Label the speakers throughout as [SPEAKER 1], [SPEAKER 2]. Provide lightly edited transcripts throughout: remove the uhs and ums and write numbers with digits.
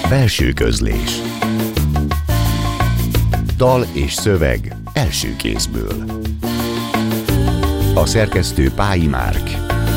[SPEAKER 1] Belső közlés. Dal és szöveg első kézből. A szerkesztő Pályi Márk.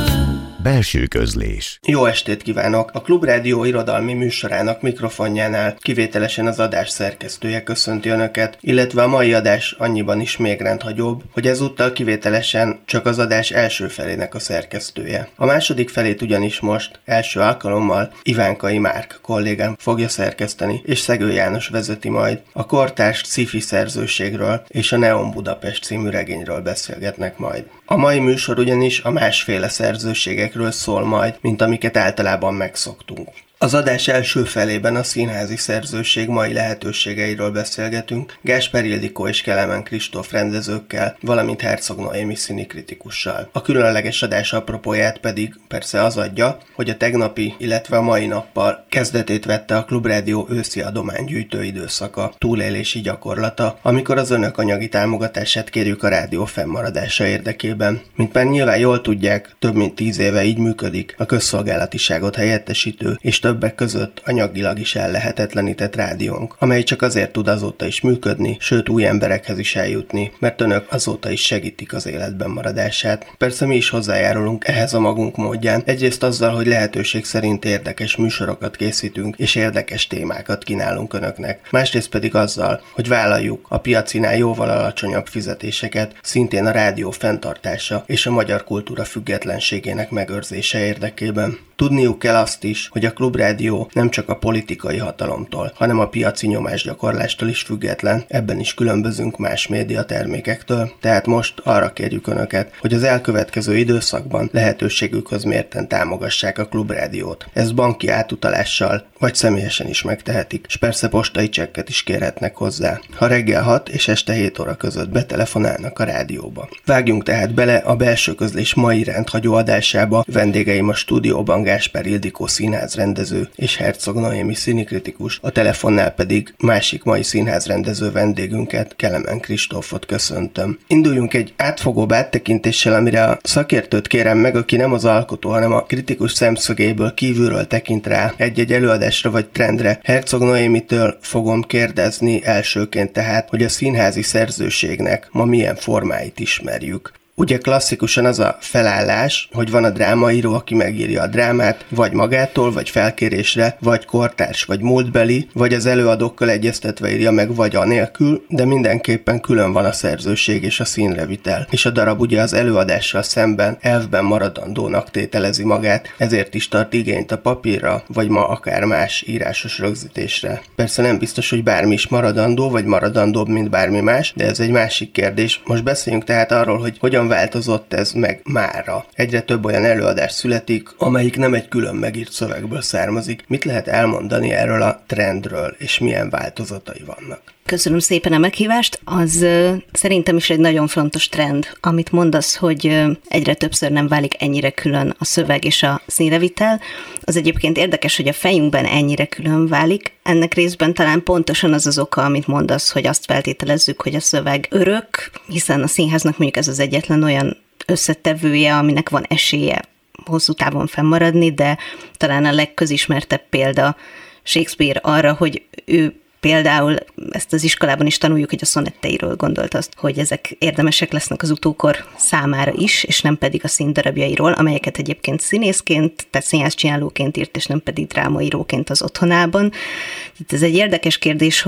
[SPEAKER 1] Belső közlés.
[SPEAKER 2] Jó estét kívánok! A Klubrádió irodalmi műsorának mikrofonjánál kivételesen az adás szerkesztője köszönti Önöket, illetve a mai adás annyiban is még rendhagyóbb, hogy ezúttal kivételesen csak az adás első felének a szerkesztője. A második felét ugyanis most első alkalommal Ivánkai Márk kollégám fogja szerkeszteni, és Szegő János vezeti majd. A kortárs sci-fi szerzőségről és a Neon Budapest című regényről beszélgetnek majd. A mai műsor ugyanis a másféle szerzőségekről szól majd, mint amiket általában megszoktunk. Az adás első felében a színházi szerzőség mai lehetőségeiről beszélgetünk Gáspár Ildikó és Kelemen Kristóf rendezőkkel, valamint Herzog Noémi színikritikussal. A különleges adás apropóját pedig persze az adja, hogy a tegnapi, illetve a mai nappal kezdetét vette a Klubrádió őszi adománygyűjtő időszaka, túlélési gyakorlata, amikor az Önök anyagi támogatását kérjük a rádió fennmaradása érdekében. Mint már nyilván jól tudják, több mint 10 éve így működik a közszolgálatiságot helyettesítő és többek között anyagilag is ellehetetlenített rádiónk, amely csak azért tud azóta is működni, sőt új emberekhez is eljutni, mert Önök azóta is segítik az életben maradását. Persze mi is hozzájárulunk ehhez a magunk módján, egyrészt azzal, hogy lehetőség szerint érdekes műsorokat készítünk, és érdekes témákat kínálunk Önöknek, másrészt pedig azzal, hogy vállaljuk a piacinál jóval alacsonyabb fizetéseket, szintén a rádió fenntartása és a magyar kultúra függetlenségének megőrzése érdekében. Tudniuk kell azt is, hogy a Klubrádió nem csak a politikai hatalomtól, hanem a piaci nyomásgyakorlástól is független, ebben is különbözünk más médiatermékektől, tehát most arra kérjük Önöket, hogy az elkövetkező időszakban lehetőségükhöz mérten támogassák a Klubrádiót. Ezt banki átutalással vagy személyesen is megtehetik, és persze postai csekket is kérhetnek hozzá, ha reggel 6 és este 7 óra között betelefonálnak a rádióba. Vágjunk tehát bele a belső közlés mai rendhagyó adásába. Vendégeim a stúdióban Gáspár Ildikó színházrendező és Herzog Noémi színikritikus, a telefonnál pedig másik mai színházrendező vendégünket, Kelemen Kristófot köszöntöm. Induljunk egy átfogóbb áttekintéssel, amire a szakértőt kérem meg, aki nem az alkotó, hanem a kritikus szemszögéből kívülről tekint rá egy-egy előadásra vagy trendre. Herzog Noémitől fogom kérdezni elsőként tehát, hogy a színházi szerzőségnek ma milyen formáit ismerjük. Ugye klasszikusan az a felállás, hogy van a drámaíró, aki megírja a drámát, vagy magától, vagy felkérésre, vagy kortárs, vagy múltbeli, vagy az előadókkal egyeztetve írja meg, vagy anélkül, de mindenképpen külön van a szerzőség és a színrevitel. És a darab ugye az előadással szemben elvben maradandónak tételezi magát, ezért is tart igényt a papírra, vagy ma akár más írásos rögzítésre. Persze nem biztos, hogy bármi is maradandó, vagy maradandóbb, mint bármi más, de ez egy másik kérdés. Most beszéljünk tehát arról, hogy hogyan változott ez meg mára. Egyre több olyan előadás születik, amelyik nem egy külön megírt szövegből származik. Mit lehet elmondani erről a trendről, és milyen változatai vannak?
[SPEAKER 3] Köszönöm szépen a meghívást. Az szerintem is egy nagyon fontos trend, amit mondasz, hogy egyre többször nem válik ennyire külön a szöveg és a színrevitel. Az egyébként érdekes, hogy a fejünkben ennyire külön válik. Ennek részben talán pontosan az az oka, amit mondasz, hogy azt feltételezzük, hogy a szöveg örök, hiszen a színháznak mondjuk ez az egyetlen olyan összetevője, aminek van esélye hosszú távon fennmaradni, de talán a legközismertebb példa Shakespeare arra, hogy ő például ezt az iskolában is tanuljuk, hogy a szonetteiről gondolt azt, hogy ezek érdemesek lesznek az utókor számára is, és nem pedig a színdarabjairól, amelyeket egyébként színészként, tehát színházcsinálóként írt, és nem pedig drámaíróként az otthonában. Itt ez egy érdekes kérdés,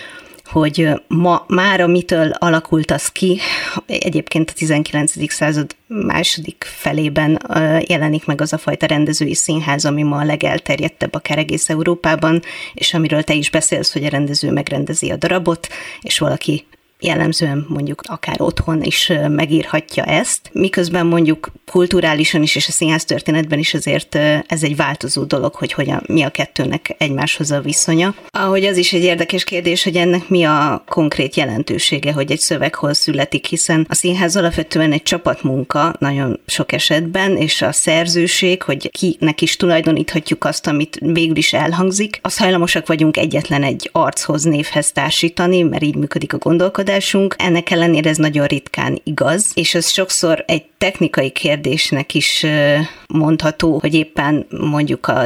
[SPEAKER 3] hogy ma mára mitől alakult az ki, egyébként a 19. század második felében jelenik meg az a fajta rendezői színház, ami ma a legelterjedtebb akár egész Európában, és amiről te is beszélsz, hogy a rendező megrendezi a darabot, és valaki jellemzően mondjuk akár otthon is megírhatja ezt, miközben mondjuk kulturálisan is és a színház történetben is azért ez egy változó dolog, hogy mi a kettőnek egymáshoz a viszonya. Ahogy az is egy érdekes kérdés, hogy ennek mi a konkrét jelentősége, hogy egy szöveg hol születik, hiszen a színház alapvetően egy csapatmunka nagyon sok esetben, és a szerzőség, hogy kinek is tulajdoníthatjuk azt, amit végül is elhangzik, azt hajlamosak vagyunk egyetlen egy archoz, névhez társítani, mert így működik a gondolkodás. Ennek ellenére ez nagyon ritkán igaz, és ez sokszor egy technikai kérdésnek is mondható, hogy éppen mondjuk az itt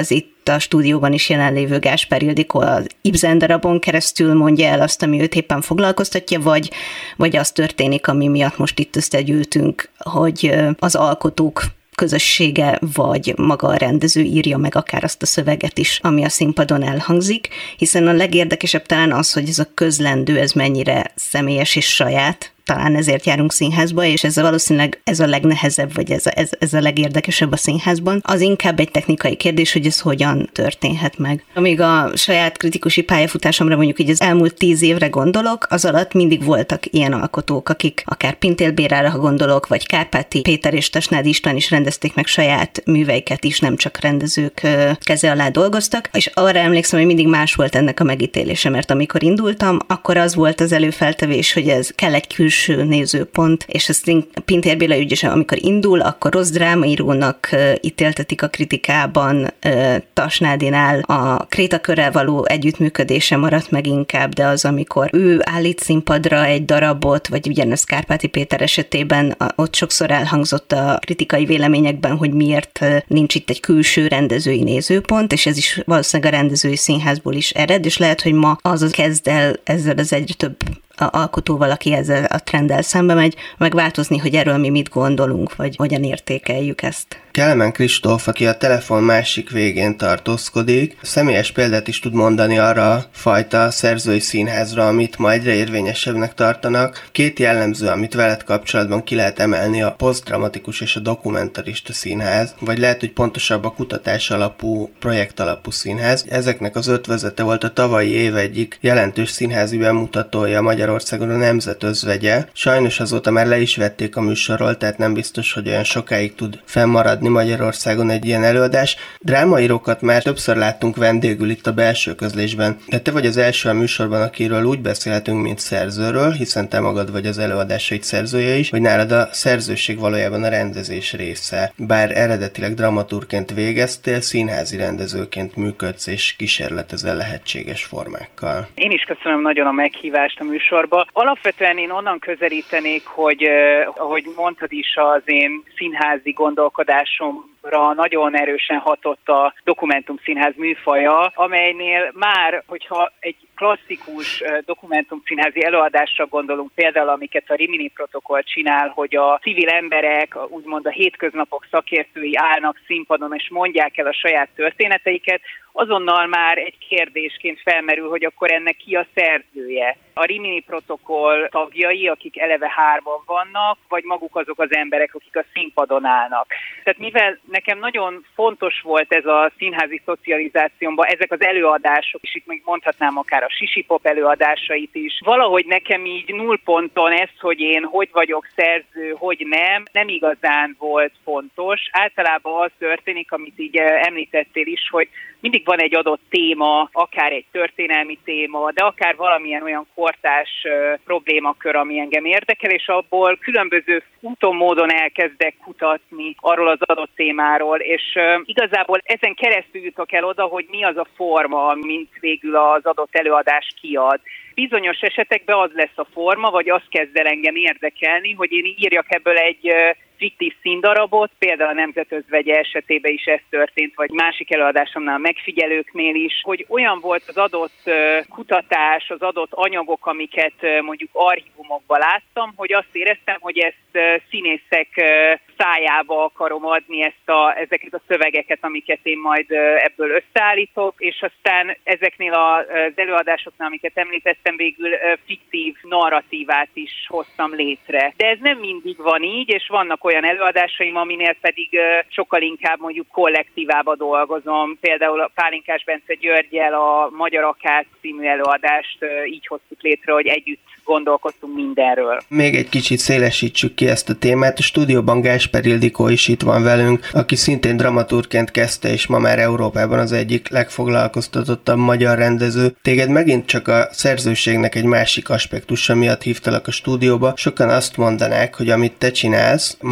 [SPEAKER 3] itt a stúdióban is jelenlévő Gáspár Ildikó az Ibsen darabon keresztül mondja el azt, ami őt éppen foglalkoztatja, vagy az történik, ami miatt most itt összegyűltünk, hogy az alkotók közössége, vagy maga a rendező írja meg akár azt a szöveget is, ami a színpadon elhangzik, hiszen a legérdekesebb talán az, hogy ez a közlendő, ez mennyire személyes és saját, talán ezért járunk színházba, és ez valószínűleg ez a legnehezebb, vagy ez a legérdekesebb a színházban. Az inkább egy technikai kérdés, hogy ez hogyan történhet meg. Amíg a saját kritikusi pályafutásomra mondjuk így az elmúlt 10 évre gondolok, az alatt mindig voltak ilyen alkotók, akik akár Pintér Bérára, ha gondolok, vagy Kárpáti Péter és Tasnádi István is rendezték meg saját műveiket is, nem csak rendezők keze alá dolgoztak, és arra emlékszem, hogy mindig más volt ennek a megítélése, mert amikor indultam, akkor az volt az előfeltevés, hogy ez kell egy külső nézőpont, és ezt Pintér Béla ügyesen, amikor indul, akkor rossz drámaírónak ítéltetik a kritikában, Tasnádinál a Krétakörrel való együttműködése maradt meg inkább, de az, amikor ő állít színpadra egy darabot, vagy ugyanez Kárpáti Péter esetében, ott sokszor elhangzott a kritikai véleményekben, hogy miért nincs itt egy külső rendezői nézőpont, és ez is valószínűleg a rendezői színházból is ered, és lehet, hogy ma az kezd el ezzel az egyre több alkotóval, aki ezzel a trenddel szembe megy, megváltozni, hogy erről mi mit gondolunk, vagy hogyan értékeljük ezt.
[SPEAKER 2] Kelemen Kristóf, aki a telefon másik végén tartózkodik, személyes példát is tud mondani arra a fajta szerzői színházra, amit ma egyre érvényesebbnek tartanak. 2 jellemző, amit veled kapcsolatban ki lehet emelni, a posztdramatikus és a dokumentarista színház, vagy lehet, hogy pontosabb a kutatás alapú, projekt alapú színház. Ezeknek az ötvözete volt a tavalyi év egyik jelentős színházi bemutatója Magyarországon, a Nemzet özvegye. Sajnos azóta már le is vették a műsorról, tehát nem biztos, hogy olyan sokáig tud fennmaradni Magyarországon egy ilyen előadás. Drámaírókat már többször láttunk vendégül itt a Belső Közlésben, de te vagy az első a műsorban, akiről úgy beszélhetünk, mint szerzőről, hiszen te magad vagy az előadásaid szerzője is, hogy nálad a szerzőség valójában a rendezés része. Bár eredetileg dramaturgként végeztél, színházi rendezőként működsz és kísérletezel lehetséges formákkal.
[SPEAKER 4] Én is köszönöm nagyon a meghívást a műsorba. Alapvetően én onnan közelítenék, hogy ahogy mondtad is, az én színházi gondolkodásomra nagyon erősen hatott a dokumentumszínház műfaja, amelynél már, hogyha egy klasszikus dokumentumszínházi előadásra gondolunk, például amiket a Rimini protokoll csinál, hogy a civil emberek, úgymond a hétköznapok szakértői állnak színpadon és mondják el a saját történeteiket, azonnal már egy kérdésként felmerül, hogy akkor ennek ki a szerzője. A Rimini protokoll tagjai, akik eleve 3-an vannak, vagy maguk azok az emberek, akik a színpadon állnak. Tehát mivel nekem nagyon fontos volt ez a színházi szocializációmban, ezek az előadások, és itt még mondhatnám akár a Sisipop előadásait is, valahogy nekem így nullponton ez, hogy én hogy vagyok szerző, hogy nem igazán volt fontos. Általában az történik, amit így említettél is, hogy mindig van egy adott téma, akár egy történelmi téma, de akár valamilyen olyan kortárs problémakör, ami engem érdekel, és abból különböző úton, módon elkezdek kutatni arról az adott témáról, és igazából ezen keresztül jutok el oda, hogy mi az a forma, mint végül az adott előadás kiad. Bizonyos esetekben az lesz a forma, vagy az kezd el engem érdekelni, hogy én írjak ebből egy fiktív színdarabot, például a Nemzet özvegye esetében is ez történt, vagy másik előadásomnál a Megfigyelőknél is, hogy olyan volt az adott kutatás, az adott anyagok, amiket mondjuk archívumokban láttam, hogy azt éreztem, hogy ezt színészek szájába akarom adni ezeket a szövegeket, amiket én majd ebből összeállítok, és aztán ezeknél az előadásoknál, amiket említettem, végül fiktív narratívát is hoztam létre. De ez nem mindig van így, és vannak olyan előadásaim, aminél pedig sokkal inkább mondjuk kollektívába dolgozom. Például a Pálinkás Bence Györggyel a Magyar Akác című előadást így hoztuk létre, hogy együtt gondolkoztunk mindenről.
[SPEAKER 2] Még egy kicsit szélesítsük ki ezt a témát. A stúdióban Gáspár Ildikó is itt van velünk, aki szintén dramaturgként kezdte, és ma már Európában az egyik legfoglalkoztatottabb magyar rendező. Téged megint csak a szerzőségnek egy másik aspektusa miatt hívtalak a stúdióba. Sokan azt mondanák, hogy amit te csinálsz,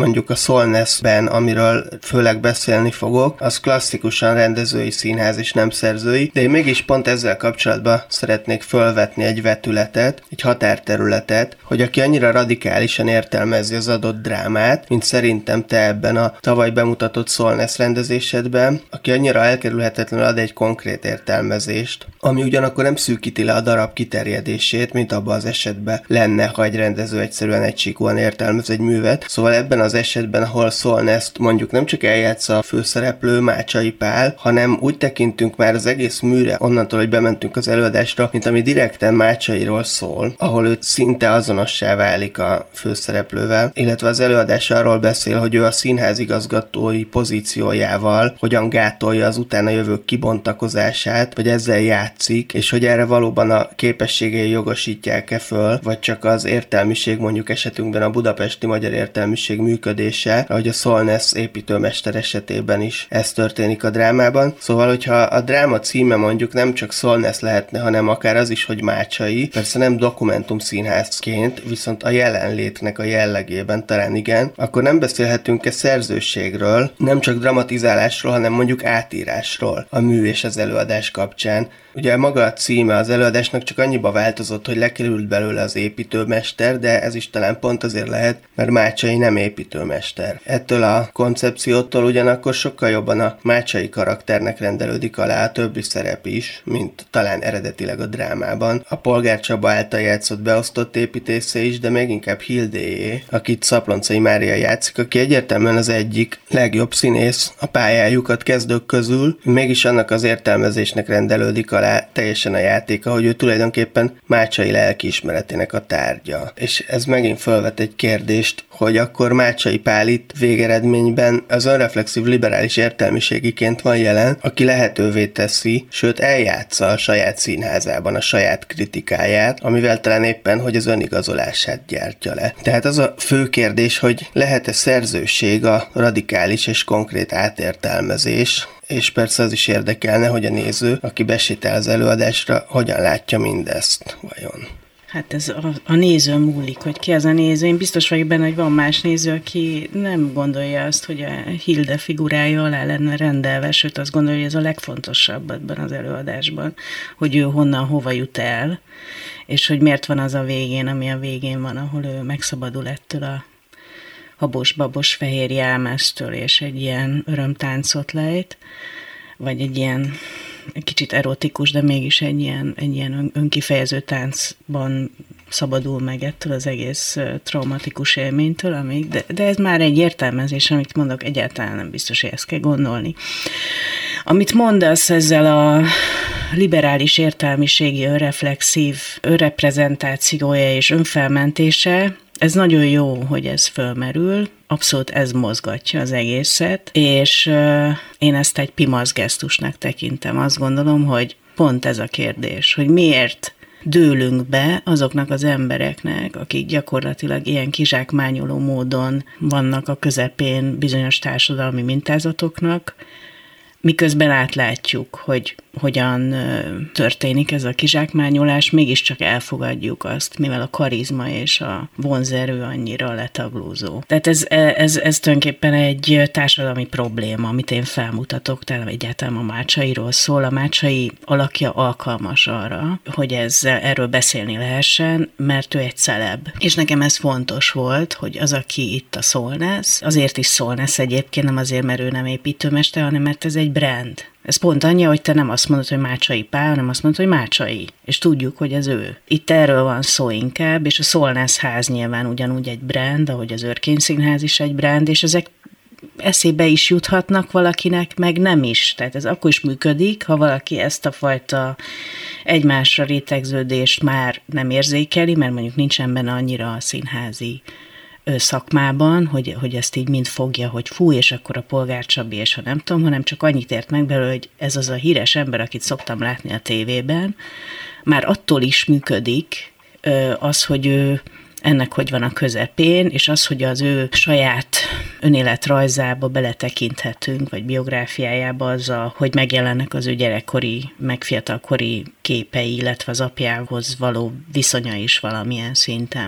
[SPEAKER 2] mondjuk a Solnessben, amiről főleg beszélni fogok, az klasszikusan rendezői színház és nem szerzői, de én mégis pont ezzel kapcsolatban szeretnék fölvetni egy vetületet, egy határterületet, hogy aki annyira radikálisan értelmezi az adott drámát, mint szerintem te ebben a tavaly bemutatott Solness rendezésedben, aki annyira elkerülhetetlenül ad egy konkrét értelmezést, ami ugyanakkor nem szűkíti le a darab kiterjedését, mint abban az esetben lenne, ha egy rendező egyszerűen egysíkúan értelmez egy művet. Szóval ebben az esetben, ahol Solness-t mondjuk nem csak eljátsza a főszereplő Mácsai Pál, hanem úgy tekintünk már az egész műre, onnantól, hogy bementünk az előadásra, mint ami direkten Mácsairól szól, ahol ő szinte azonossá válik a főszereplővel, illetve az előadás arról beszél, hogy ő a színház igazgatói pozíciójával hogyan gátolja az utána jövők kibontakozását, vagy ezzel játszik, és hogy erre valóban a képességei jogosítják-e föl, vagy csak az értelmiség, mondjuk esetünkben a budapesti magyar értelmiség működése, ahogy a Solness építőmester esetében is ez történik a drámában. Szóval, hogyha a dráma címe mondjuk nem csak Solness lehetne, hanem akár az is, hogy Mácsai, persze nem dokumentumszínházként, viszont a jelenlétnek a jellegében talán igen, akkor nem beszélhetünk-e szerzőségről, nem csak dramatizálásról, hanem mondjuk átírásról a mű és az előadás kapcsán. Ugye maga a címe az előadásnak csak annyiba változott, hogy lekerült belőle az építőmester, de ez is talán pont azért lehet, mert Mácsai nem építőmester. Ettől a koncepciótól ugyanakkor sokkal jobban a Mácsai karakternek rendelődik alá a többi szerep is, mint talán eredetileg a drámában. A Polgár Csaba által játszott beosztott építésze is, de még inkább Hildéjé, akit Szaploncai Mária játszik, aki egyértelműen az egyik legjobb színész a pályájukat kezdők közül, mégis annak az értelmezésnek rendelődik alá teljesen a játéka, hogy ő tulajdonképpen Mácsai lelkiismeretének a tárgya. És ez megint felvet egy kérdést, hogy akkor Mácsai Pál itt végeredményben az önreflexív liberális értelmiségiként van jelen, aki lehetővé teszi, sőt eljátsza a saját színházában a saját kritikáját, amivel talán éppen, hogy az önigazolását gyártja le. Tehát az a fő kérdés, hogy lehet-e szerzőség a radikális és konkrét átértelmezés, és persze az is érdekelne, hogy a néző, aki besétál az előadásra, hogyan látja mindezt vajon.
[SPEAKER 5] Hát ez a nézőn múlik, hogy ki az a néző. Én biztos vagyok benne, hogy van más néző, aki nem gondolja azt, hogy a Hilde figurája alá lenne rendelve, sőt azt gondolja, hogy ez a legfontosabb ebben az előadásban, hogy ő honnan, hova jut el, és hogy miért van az a végén, ami a végén van, ahol ő megszabadul ettől a habos-babos fehér jelmeztől, és egy ilyen örömtáncot lejt, vagy egy ilyen kicsit erotikus, de mégis egy ilyen önkifejező táncban szabadul meg ettől az egész traumatikus élménytől, de ez már egy értelmezés, amit mondok, egyáltalán nem biztos, hogy ezt kell gondolni. Amit mondasz ezzel a liberális értelmiségi önreflexív önreprezentációja és önfelmentése, ez nagyon jó, hogy ez fölmerül, abszolút ez mozgatja az egészet, és én ezt egy pimasz gesztusnak tekintem. Azt gondolom, hogy pont ez a kérdés, hogy miért dőlünk be azoknak az embereknek, akik gyakorlatilag ilyen kizsákmányoló módon vannak a közepén bizonyos társadalmi mintázatoknak, miközben átlátjuk, hogy hogyan történik ez a kizsákmányolás, mégiscsak elfogadjuk azt, mivel a karizma és a vonzerő annyira letaglózó. Tehát ez tulajdonképpen egy társadalmi probléma, amit én felmutatok, tehát egyáltalán a Mácsairól szól. A Mácsai alakja alkalmas arra, hogy erről beszélni lehessen, mert ő egy celeb. És nekem ez fontos volt, hogy az, aki itt a Solness, azért is Solness egyébként, nem azért, mert ő nem építőmester, hanem mert ez egy brand. Ez pont annyi, hogy te nem azt mondod, hogy Mácsai Pál, hanem azt mondod, hogy Mácsai. És tudjuk, hogy ez ő. Itt erről van szó inkább, és a Solness ház nyilván ugyanúgy egy brand, ahogy az Örkény Színház is egy brand, és ezek eszébe is juthatnak valakinek, meg nem is. Tehát ez akkor is működik, ha valaki ezt a fajta egymásra rétegződést már nem érzékeli, mert mondjuk nincsen benne annyira a színházi szakmában, hogy ezt így mind fogja, hogy fú, és akkor a Polgár Csabi, és ha nem tudom, hanem csak annyit ért meg belőle, hogy ez az a híres ember, akit szoktam látni a tévében, már attól is működik az, hogy ő ennek hogy van a közepén, és az, hogy az ő saját önéletrajzába beletekinthetünk, vagy biográfiájába azzal, hogy megjelennek az ő gyerekkori, meg fiatalkori képei, illetve az apjához való viszonya is valamilyen szinten, meg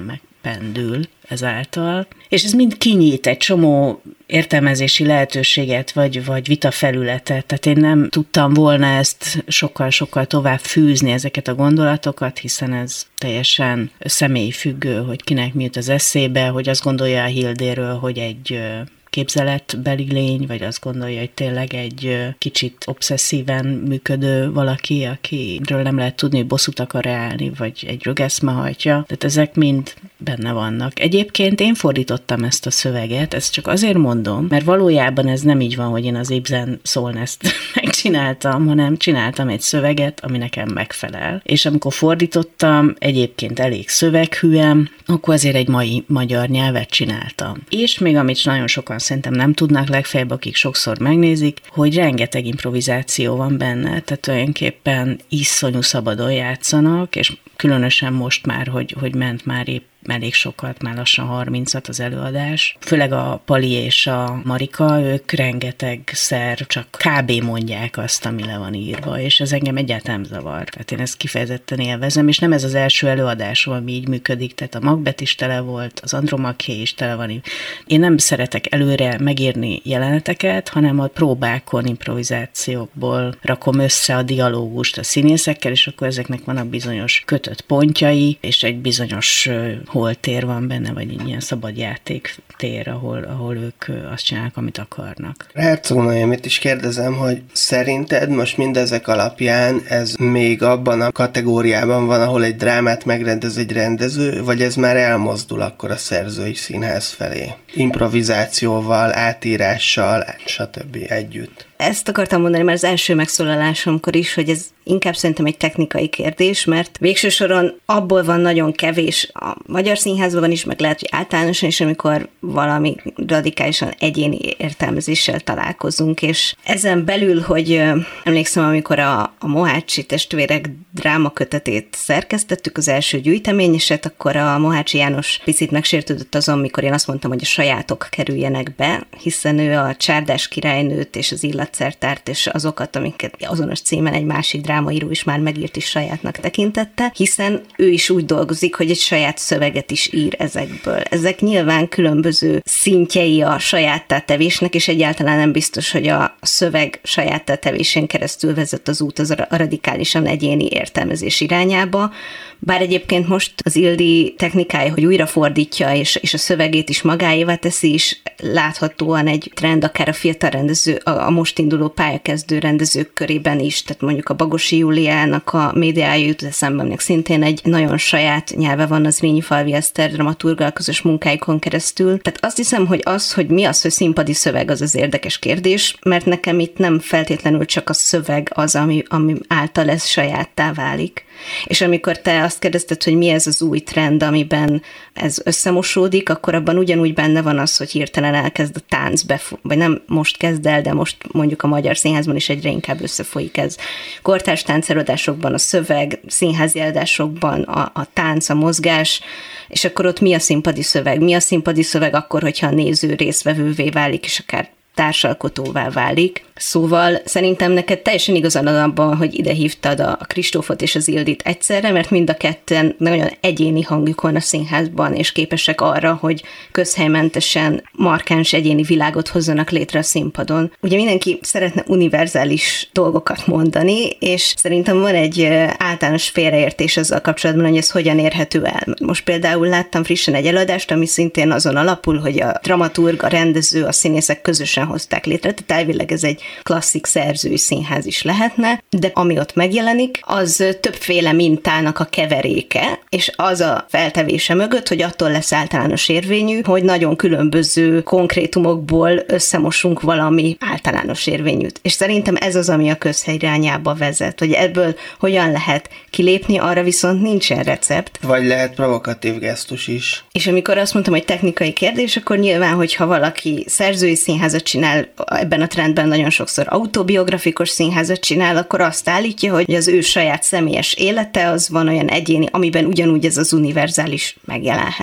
[SPEAKER 5] pendül ezáltal, és ez mind kinyit egy csomó értelmezési lehetőséget, vagy vitafelületet, tehát én nem tudtam volna ezt sokkal-sokkal tovább fűzni ezeket a gondolatokat, hiszen ez teljesen személyfüggő, hogy kinek mi jut az eszébe, hogy azt gondolja a Hildéről, hogy egy képzeletbeli lény, vagy azt gondolja, hogy tényleg egy kicsit obszesszíven működő valaki, akiről nem lehet tudni, hogy bosszút akar állni, vagy egy rögeszme hajtja. Tehát ezek mind benne vannak. Egyébként én fordítottam ezt a szöveget, ezt csak azért mondom, mert valójában ez nem így van, hogy én az Ibsen Szolneszt megcsináltam, hanem csináltam egy szöveget, ami nekem megfelel. És amikor fordítottam, egyébként elég szöveghűen, akkor azért egy mai magyar nyelvet csináltam. És még amit nagyon sokan szerintem nem tudnak, legfeljebb akik sokszor megnézik, hogy rengeteg improvizáció van benne, tehát tulajdonképpen iszonyú szabadon játszanak, és különösen most már, hogy ment már épp elég sokat, már lassan 30-at az előadás. Főleg a Pali és a Marika, ők rengetegszer csak kb. Mondják azt, ami le van írva, és ez engem egyáltalán nem zavar. Tehát én ezt kifejezetten élvezem, és nem ez az első előadás, ami így működik, tehát a Macbeth is tele volt, az Andromaché is tele van. Én nem szeretek előre megírni jeleneteket, hanem a próbákon, improvizációkból rakom össze a dialógust a színészekkel, és akkor ezeknek vannak bizonyos kötött pontjai, és egy bizonyos holtér van benne, vagy egy ilyen szabad játéktér, ahol ők azt csinálnak, amit akarnak.
[SPEAKER 2] Herzog Noémit is kérdezem, hogy szerinted most mindezek alapján ez még abban a kategóriában van, ahol egy drámát megrendez egy rendező, vagy ez már elmozdul akkor a szerzői színház felé? Improvizációval, átírással, stb. Együtt.
[SPEAKER 3] Ezt akartam mondani már az első megszólalásomkor is, hogy ez inkább szerintem egy technikai kérdés, mert végső soron abból van nagyon kevés a magyar színházban is, meg lehet, hogy általánosan is, amikor valami radikálisan egyéni értelmezéssel találkozunk, és ezen belül, hogy emlékszem, amikor a Mohácsi testvérek drámakötetét szerkesztettük, az első gyűjteményeset, akkor a Mohácsi János picit megsértődött azon, mikor én azt mondtam, hogy a sajátok kerüljenek be, hiszen ő a Csárdás királynőt és az illatszertárt és azokat, amiket azonos címen egy másik drámaíró is már megírt és sajátnak tekintette, hiszen ő is úgy dolgozik, hogy egy saját szöveget is ír ezekből. Ezek nyilván különböző szintjei a sajáttá tevésnek, és egyáltalán nem biztos, hogy a szöveg sajáttá tevésén keresztül vezet az út az a radikálisan egyéni értelmezés irányába. Bár egyébként most az Ildi technikája, hogy újrafordítja, és a szövegét is magáévá teszi, is láthatóan egy trend, akár a fiatal rendező, a most induló pályakezdő rendezők körében is, tehát mondjuk a Bagosi Júliának a médiája jut eszembe, aminek szintén egy nagyon saját nyelve van az Rényi-Falvi Eszter dramaturggal közös munkáikon keresztül. Tehát azt hiszem, hogy mi az, hogy színpadi szöveg, az érdekes kérdés, mert nekem itt nem feltétlenül csak a szöveg az, ami által ez sajáttá válik. És amikor te azt kérdezted, hogy mi ez az új trend, amiben ez összemosódik, akkor abban ugyanúgy benne van az, hogy hirtelen elkezd a tánc vagy nem most kezd el, de most mondjuk a magyar színházban is egyre inkább összefolyik ez. Kortárs táncelőadásokban a szöveg, színházi előadásokban a tánc, a mozgás, és akkor ott mi a színpadi szöveg? Mi a színpadi szöveg akkor, hogyha a néző résztvevővé válik, és akár társalkotóvá válik. Szóval szerintem neked teljesen igazad abban, hogy ide hívtad a Kristófot és az Ildit egyszerre, mert mind a ketten nagyon egyéni hangjuk van a színházban, és képesek arra, hogy közhelymentesen markáns egyéni világot hozzanak létre a színpadon. Ugye mindenki szeretne univerzális dolgokat mondani, és szerintem van egy általános félreértés azzal kapcsolatban, hogy ez hogyan érhető el. Most például láttam frissen egy előadást, ami szintén azon alapul, hogy a dramaturg, a rendező, a színészek közösen hozták létre, tehát elvileg ez egy klasszik szerzői színház is lehetne, de ami ott megjelenik, az többféle mintának a keveréke, és az a feltevése mögött, hogy attól lesz általános érvényű, hogy nagyon különböző konkrétumokból összemosunk valami általános érvényűt. És szerintem ez az, ami a közhely irányába vezet, hogy ebből hogyan lehet kilépni, arra viszont nincsen recept.
[SPEAKER 2] Vagy lehet provokatív gesztus is.
[SPEAKER 3] És amikor azt mondtam, hogy technikai kérdés, akkor nyilván, hogyha valaki szerzői színházat csinál, ebben a trendben nagyon sokszor autobiografikus színházat csinál, akkor azt állítja, hogy az ő saját személyes élete az van olyan egyéni, amiben ugyanúgy ez az univerzális megjelenhet.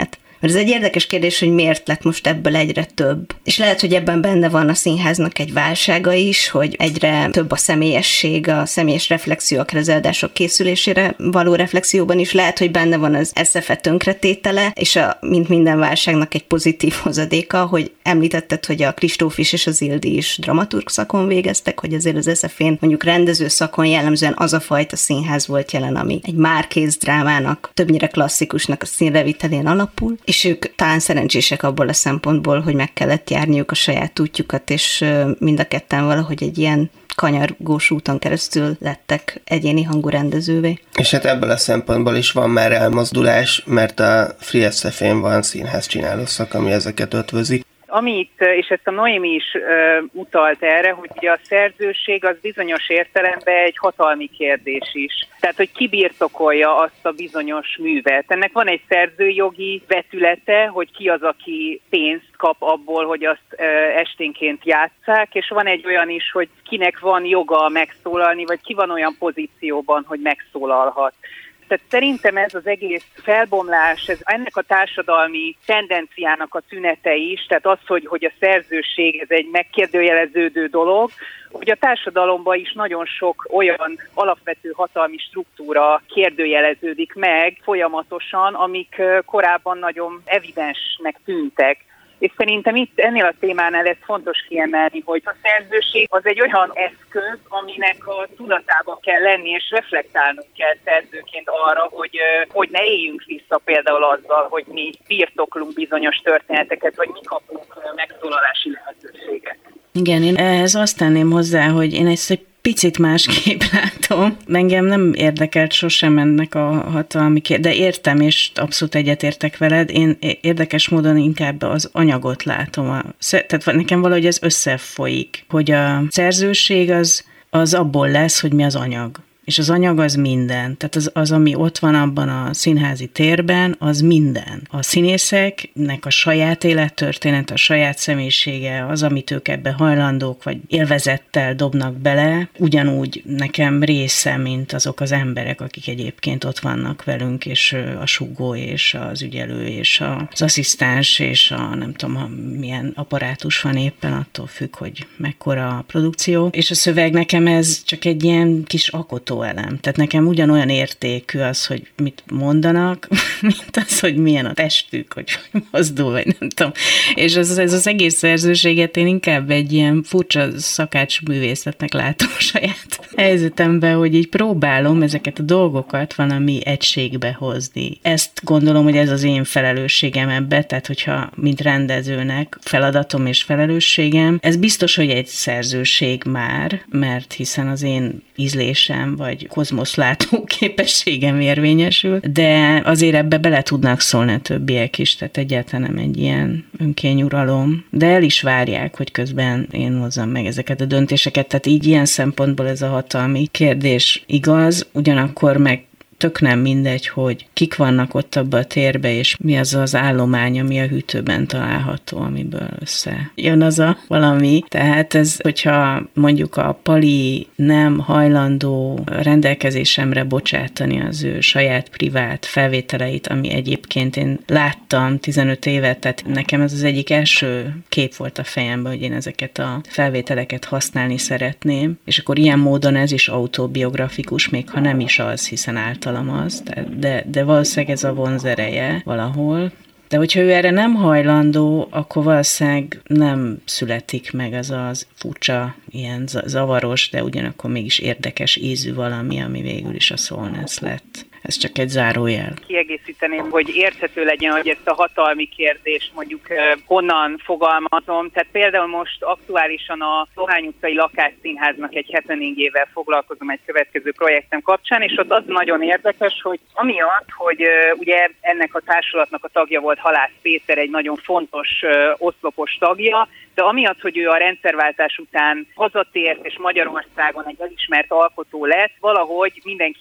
[SPEAKER 3] Mert ez egy érdekes kérdés, hogy miért lett most ebből egyre több. És lehet, hogy ebben benne van a színháznak egy válsága is, hogy egyre több a személyesség, a személyes reflexió, a előadások készülésére való reflexióban is. Lehet, hogy benne van az SZFE tönkretétele, és mint minden válságnak egy pozitív hozadéka, hogy említetted, hogy a Kristóf és az Ildi is dramaturg szakon végeztek, hogy azért az SZF-én mondjuk rendező szakon jellemzően az a fajta színház volt jelen, ami egy Márquez drámának, többnyire klasszikusnak a színrevitelén alapul, és ők talán szerencsések abból a szempontból, hogy meg kellett járniuk a saját útjukat, és mind a ketten valahogy egy ilyen kanyargós úton keresztül lettek egyéni hangú rendezővé.
[SPEAKER 2] És hát ebből a szempontból is van már elmozdulás, mert a Free SZF-én van színház csinálószak, ami ezeket ötvözi.
[SPEAKER 4] Amit, és ezt a Noémi is utalt erre, hogy ugye a szerzőség az bizonyos értelemben egy hatalmi kérdés is. Tehát, hogy ki birtokolja azt a bizonyos művet. Ennek van egy szerzőjogi vetülete, hogy ki az, aki pénzt kap abból, hogy azt esténként játsszák, és van egy olyan is, hogy kinek van joga megszólalni, vagy ki van olyan pozícióban, hogy megszólalhat. Tehát szerintem ez az egész felbomlás, ez ennek a társadalmi tendenciának a tünete is, tehát az, hogy a szerzőség ez egy megkérdőjeleződő dolog, hogy a társadalomban is nagyon sok olyan alapvető hatalmi struktúra kérdőjeleződik meg folyamatosan, amik korábban nagyon evidensnek tűntek. És szerintem itt ennél a témánál ez fontos kiemelni, hogy a szerzőség az egy olyan eszköz, aminek a tudatába kell lenni, és reflektálnunk kell szerzőként arra, hogy ne éljünk vissza például azzal, hogy mi birtoklunk bizonyos történeteket, vagy mi kapunk megszólalási lehetőséget.
[SPEAKER 5] Igen, én ehhez azt tenném hozzá, hogy én ezt egy picit másképp látom. Engem nem érdekelt sosem ennek a hatalmi de értem, és abszolút egyetértek veled. Én érdekes módon inkább az anyagot látom. Tehát nekem valahogy ez összefolyik, hogy a szerzőség az abból lesz, hogy mi az anyag. És az anyag az minden. Tehát az, ami ott van abban a színházi térben, az minden. A színészeknek a saját élettörténet, a saját személyisége, az, amit ők ebbe hajlandók, vagy élvezettel dobnak bele, ugyanúgy nekem része, mint azok az emberek, akik egyébként ott vannak velünk, és a sugó, és az ügyelő, és az asszisztens, és nem tudom, milyen apparátus van éppen, attól függ, hogy mekkora a produkció. És a szöveg nekem ez csak egy ilyen kis alkotóelem. Tehát nekem ugyanolyan értékű az, hogy mit mondanak, mint az, hogy milyen a testük, hogy mozdul, vagy nem tudom. És ez az egész szerzőséget én inkább egy ilyen furcsa szakácsművészetnek látom a saját helyzetemben, hogy így próbálom ezeket a dolgokat valami egységbe hozni. Ezt gondolom, hogy ez az én felelősségem ebbe, tehát hogyha mint rendezőnek feladatom és felelősségem, ez biztos, hogy egy szerzőség már, mert hiszen az én ízlésem vagy kozmoszlátó képességem érvényesül, de azért ebbe bele tudnak szólni a többiek is, tehát egyáltalán nem egy ilyen önkényuralom, de el is várják, hogy közben én hozzam meg ezeket a döntéseket, tehát így ilyen szempontból ez a hatalmi kérdés igaz, ugyanakkor meg tök nem mindegy, hogy kik vannak ott abba a térbe, és mi az az állomány, ami a hűtőben található, amiből összejön az a valami. Tehát ez, hogyha mondjuk a Pali nem hajlandó rendelkezésemre bocsátani az ő saját privát felvételeit, ami egyébként én láttam 15 évet, tehát nekem ez az egyik első kép volt a fejemben, hogy én ezeket a felvételeket használni szeretném, és akkor ilyen módon ez is autobiografikus, még ha nem is az, hiszen által az, de valószínűleg ez a vonzereje valahol. De hogyha ő erre nem hajlandó, akkor valószínűleg nem születik meg az furcsa, ilyen zavaros, de ugyanakkor mégis érdekes ízű valami, ami végül is a Szolnesz lett. Ez csak egy zárójel.
[SPEAKER 4] Kiegészíteném, hogy érthető legyen, hogy ezt a hatalmi kérdést mondjuk honnan fogalmazom. Tehát például most aktuálisan a Dohány utcai lakásszínháznak egy happeningével foglalkozom egy következő projektem kapcsán, és ott az nagyon érdekes, hogy amiatt, hogy ugye ennek a társulatnak a tagja volt Halász Péter, egy nagyon fontos oszlopos tagja, de amiatt, hogy ő a rendszerváltás után hazatért, és Magyarországon egy elismert alkotó lett, valahogy mindenki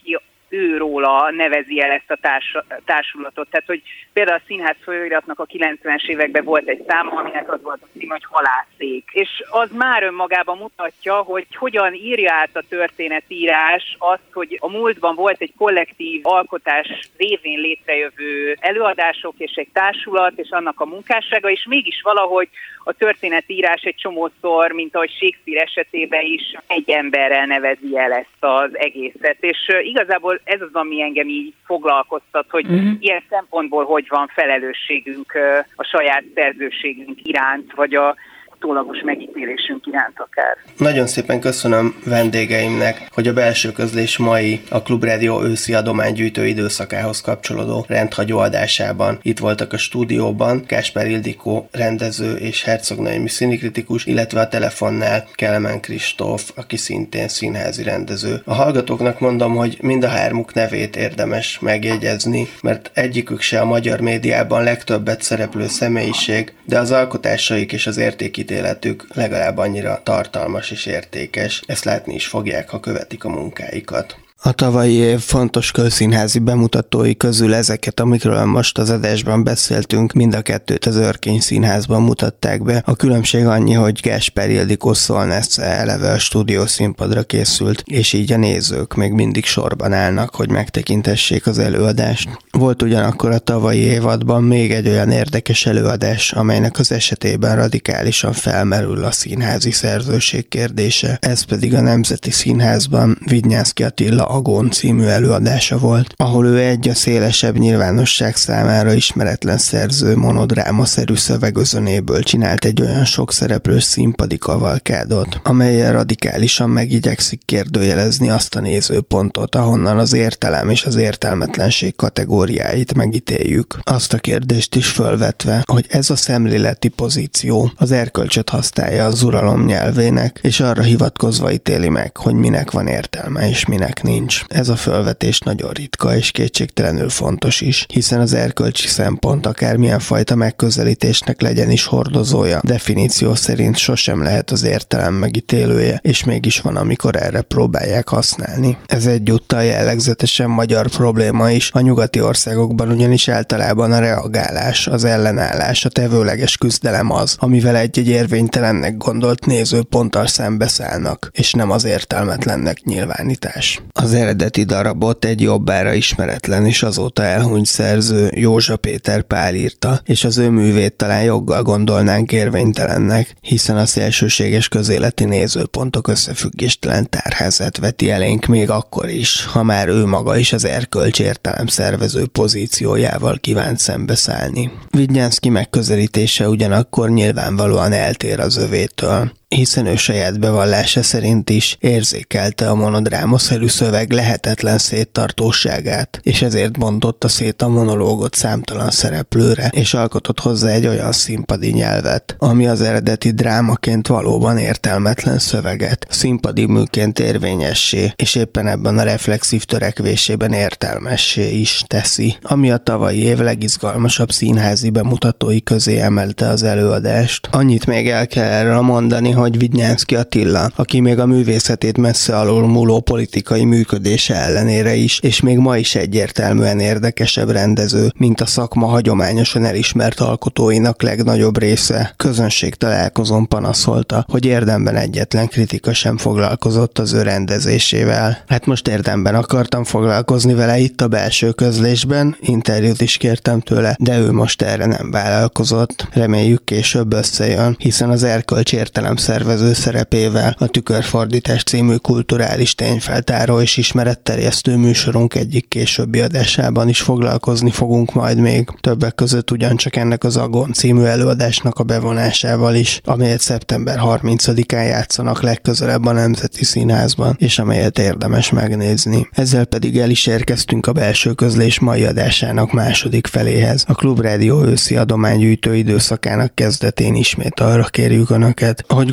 [SPEAKER 4] ő róla nevezi el ezt a társulatot. Tehát, hogy például a Színház folyóiratnak a 90-es években volt egy száma, aminek az volt a cím, hogy Halászék. És az már önmagában mutatja, hogy hogyan írja át a történetírás azt, hogy a múltban volt egy kollektív alkotás révén létrejövő előadások és egy társulat, és annak a munkássága, és mégis valahogy a történetírás egy csomószor, mint ahogy Shakespeare esetében is, egy emberrel nevezi el ezt az egészet. És igazából ez az, ami engem így foglalkoztat, hogy ilyen szempontból hogy van felelősségünk a saját szerzőségünk iránt, vagy a tólagos megítélésünk iránt akár.
[SPEAKER 2] Nagyon szépen köszönöm vendégeimnek, hogy a Belső Közlés mai a Klubrádió őszi adománygyűjtő időszakához kapcsolódó rendhagyó adásában itt voltak a stúdióban Gáspár Ildikó rendező és Herzog Noémi színikritikus, illetve a telefonnál Kelemen Kristóf, aki szintén színházi rendező. A hallgatóknak mondom, hogy mind a hármuk nevét érdemes megjegyezni, mert egyikük se a magyar médiában legtöbbet szereplő személyiség, de az alkotásaik és az értékítéletük legalább annyira tartalmas és értékes. Ezt látni is fogják, ha követik a munkáikat. A tavalyi év fontos közszínházi bemutatói közül ezeket, amikről most az adásban beszéltünk, mind a kettőt az Örkény Színházban mutatták be. A különbség annyi, hogy Gáspár Ildikó Szolnesszel eleve a stúdiószínpadra készült, és így a nézők még mindig sorban állnak, hogy megtekintessék az előadást. Volt ugyanakkor a tavalyi évadban még egy olyan érdekes előadás, amelynek az esetében radikálisan felmerül a színházi szerzőség kérdése. Ez pedig a Nemzeti Színházban Vidnyánszky Attila Agón című előadása volt, ahol ő egy a szélesebb nyilvánosság számára ismeretlen szerző monodrámaszerű szövegözönéből csinált egy olyan sok szereplős színpadi kavalkádot, amellyel radikálisan megigyekszik kérdőjelezni azt a nézőpontot, ahonnan az értelem és az értelmetlenség kategóriáit megítéljük. Azt a kérdést is fölvetve, hogy ez a szemléleti pozíció az erkölcsöt használja az uralom nyelvének, és arra hivatkozva ítéli meg, hogy minek van értelme és minek nincs. Ez a fölvetés nagyon ritka és kétségtelenül fontos is, hiszen az erkölcsi szempont akármilyen fajta megközelítésnek legyen is hordozója, definíció szerint sosem lehet az értelem megítélője, és mégis van, amikor erre próbálják használni. Ez egyúttal jellegzetesen magyar probléma is, a nyugati országokban ugyanis általában a reagálás, az ellenállás, a tevőleges küzdelem az, amivel egy-egy érvénytelennek gondolt nézőponttal szembeszállnak, és nem az értelmetlennek nyilvánítás. Az eredeti darabot egy jobbára ismeretlen és azóta elhunyt szerző, Józsa Péter Pál írta, és az ő művét talán joggal gondolnánk érvénytelennek, hiszen a szélsőséges közéleti nézőpontok összefüggéstelen tárházát veti elénk még akkor is, ha már ő maga is az erkölcs értelemszervező pozíciójával kívánt szembeszállni. Vidnyánszky megközelítése ugyanakkor nyilvánvalóan eltér az övétől, hiszen ő saját bevallása szerint is érzékelte a monodrámaszerű szöveg lehetetlen széttartóságát, és ezért bontotta szét a monológot számtalan szereplőre, és alkotott hozzá egy olyan színpadi nyelvet, ami az eredeti drámaként valóban értelmetlen szöveget színpadi műként érvényessé, és éppen ebben a reflexív törekvésében értelmessé is teszi, ami a tavalyi év legizgalmasabb színházi bemutatói közé emelte az előadást. Annyit még el kell erről mondani, hogy Vidnyánszky Attila, aki még a művészetét messze alól múló politikai működése ellenére is, és még ma is egyértelműen érdekesebb rendező, mint a szakma hagyományosan elismert alkotóinak legnagyobb része, közönség találkozón panaszolta, hogy érdemben egyetlen kritika sem foglalkozott az ő rendezésével. Hát most érdemben akartam foglalkozni vele itt a Belső Közlésben, interjút is kértem tőle, de ő most erre nem vállalkozott. Reméljük később összejön, hiszen az erkölcs értelem szervező szerepével a Tükörfordítás című kulturális tényfeltáró és ismeretterjesztő műsorunk egyik későbbi adásában is foglalkozni fogunk majd még. Többek között ugyancsak ennek az Agón című előadásnak a bevonásával is, amelyet szeptember 30-án játszanak legközelebb a Nemzeti Színházban, és amelyet érdemes megnézni. Ezzel pedig el is érkeztünk a Belső Közlés mai adásának második feléhez. A Klubrádió őszi adománygyűjtő időszakának kezdetén ismét arra kérjük Önöket, hogy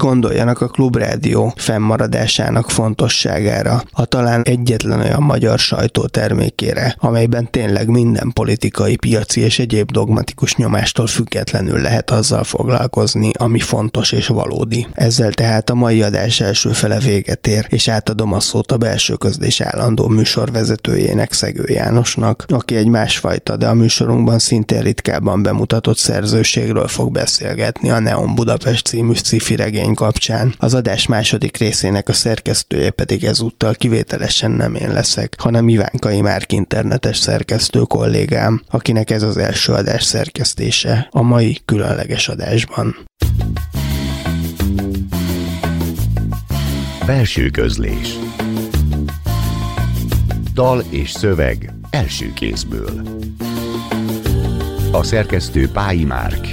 [SPEAKER 2] gondoljanak a Klubrádió fennmaradásának fontosságára, a talán egyetlen olyan magyar sajtótermékére, amelyben tényleg minden politikai, piaci és egyéb dogmatikus nyomástól függetlenül lehet azzal foglalkozni, ami fontos és valódi. Ezzel tehát a mai adás első fele véget ér, és átadom a szót a Belső Közlés állandó műsorvezetőjének, Szegő Jánosnak, aki egy másfajta, de a műsorunkban szintén ritkábban bemutatott szerzőségről fog beszélgetni a Neon Budapest című sci-fi regény kapcsán. Az adás második részének a szerkesztője pedig ezúttal kivételesen nem én leszek, hanem Ivánkai Márk internetes szerkesztő kollégám, akinek ez az első adás szerkesztése a mai különleges adásban.
[SPEAKER 1] Belső közlés. Dal és szöveg első kézből. A szerkesztő Pályi Márk.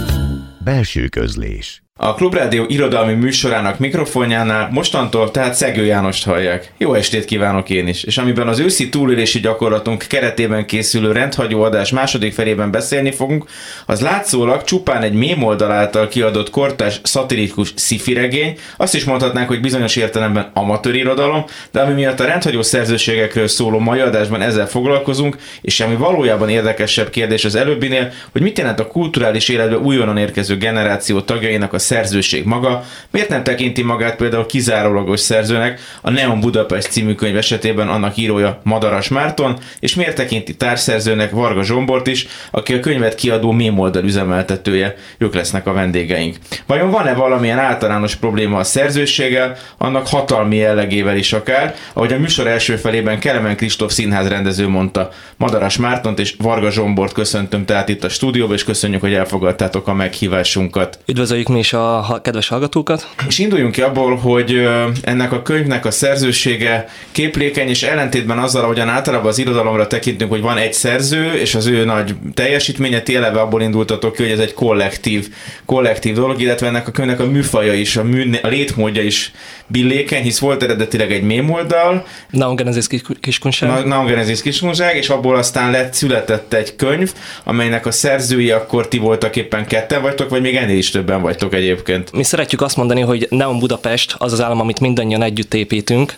[SPEAKER 1] Belső közlés.
[SPEAKER 6] A Klubrádió irodalmi műsorának mikrofonjánál mostantól tehát Szegő Jánost hallják. Jó estét kívánok én is, és amiben az őszi túlélési gyakorlatunk keretében készülő rendhagyó adás második felében beszélni fogunk, az látszólag csupán egy mémoldal által kiadott kortárs szatirikus sci-fi regény, azt is mondhatnánk, hogy bizonyos értelemben amatőr irodalom, de ami miatt a rendhagyó szerzőségekről szóló mai adásban ezzel foglalkozunk, és ami valójában érdekesebb kérdés az előbbinél, hogy mit jelent a kulturális életbe újonnan érkező generáció tagjainak a szerzőség maga, miért nem tekinti magát például kizárólagos szerzőnek a Neon Budapest című könyv esetében annak írója Madaras Márton, és miért tekinti társszerzőnek Varga Zsombort is, aki a könyvet kiadó mémoldal üzemeltetője. Ők lesznek a vendégeink. Vajon van-e valamilyen általános probléma a szerzőséggel, annak hatalmi jellegével is akár, ahogy a műsor első felében Kelemen Kristóf színházrendező mondta. Madaras Mártont és Varga Zsombort köszöntöm tehát itt a stúdióban, és köszönjük, hogy elfogadtátok a meghívásunkat.
[SPEAKER 7] Üdvözöljük mi is a kedves hallgatókat.
[SPEAKER 6] És induljunk ki abból, hogy ennek a könyvnek a szerzősége képlékeny, és ellentétben azzal, ahogyan általában az irodalomra tekintünk, hogy van egy szerző, és az ő nagy teljesítménye, ti eleve abból indultatok ki, hogy ez egy kollektív dolog, illetve ennek a könyvnek a műfaja is, a létmódja is billékeny, hisz volt eredetileg egy mémoldal.
[SPEAKER 7] Neon Genesis Kiskunság, és abból aztán született egy könyv, amelynek a szerzői akkor ti voltak éppen ketten vagytok, vagy még ennél is többen vagytok egyébként. Mi szeretjük azt mondani, hogy Neon Budapest az az állam, amit mindannyian együtt építünk.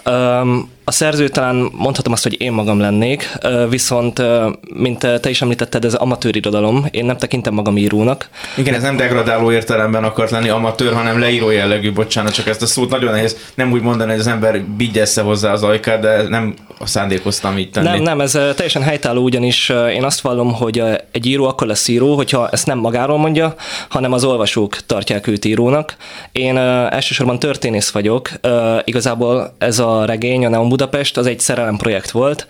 [SPEAKER 7] A szerző talán mondhatom azt, hogy én magam lennék, viszont, mint te is említetted, ez amatőr irodalom, én nem tekintem magam írónak.
[SPEAKER 6] Igen, ez nem degradáló értelemben akart lenni amatőr, hanem leíró jellegű, bocsánat, csak ezt a szót nagyon nehéz nem úgy mondani, hogy az ember vigyessze hozzá az ajkát, de nem szándékoztam így tenni.
[SPEAKER 7] Nem, ez teljesen helytálló, ugyanis én azt vallom, hogy egy író akkor lesz író, hogyha ezt nem magáról mondja, hanem az olvasók tartják őt írónak. Én elsősorban történész vagyok, igazából ez a regény, a Neon Budapest, az egy szerelemprojekt volt,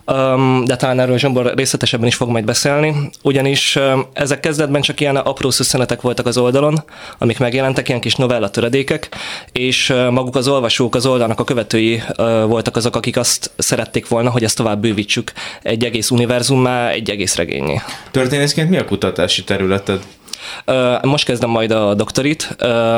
[SPEAKER 7] de talán erről Zsombor részletesebben is fog majd beszélni, ugyanis ezek kezdetben csak ilyen apró szösszenetek voltak az oldalon, amik megjelentek, ilyen kis novella töredékek, és maguk az olvasók, az oldalnak a követői voltak azok, akik azt szerették volna, hogy ezt tovább bővítsük egy egész univerzummá, egy egész regényé.
[SPEAKER 6] Történészként mi a kutatási területed?
[SPEAKER 7] Most kezdem majd a doktorit.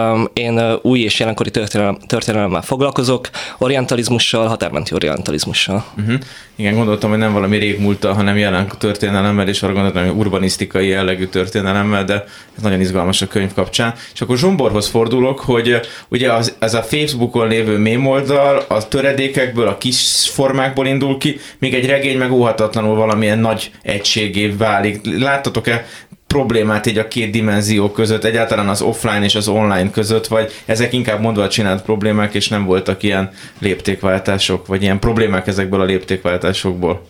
[SPEAKER 7] Én új és jelenkori történelemmel foglalkozok, orientalizmussal, határmenti orientalizmussal.
[SPEAKER 6] Igen, gondoltam, hogy nem valami régmúlttal, hanem jelen történelemmel, és arra gondoltam, hogy urbanisztikai jellegű történelemmel, de ez nagyon izgalmas a könyv kapcsán. És akkor Zsomborhoz fordulok, hogy ugye ez a Facebookon lévő mémoldal a töredékekből, a kis formákból indul ki, míg egy regény meg óhatatlanul valamilyen nagy egységé válik. Láttatok-e problémát így a két dimenzió között, egyáltalán az offline és az online között, vagy ezek inkább mondva csinált problémák, és nem voltak ilyen léptékváltások, vagy ilyen problémák ezekből a léptékváltásokból?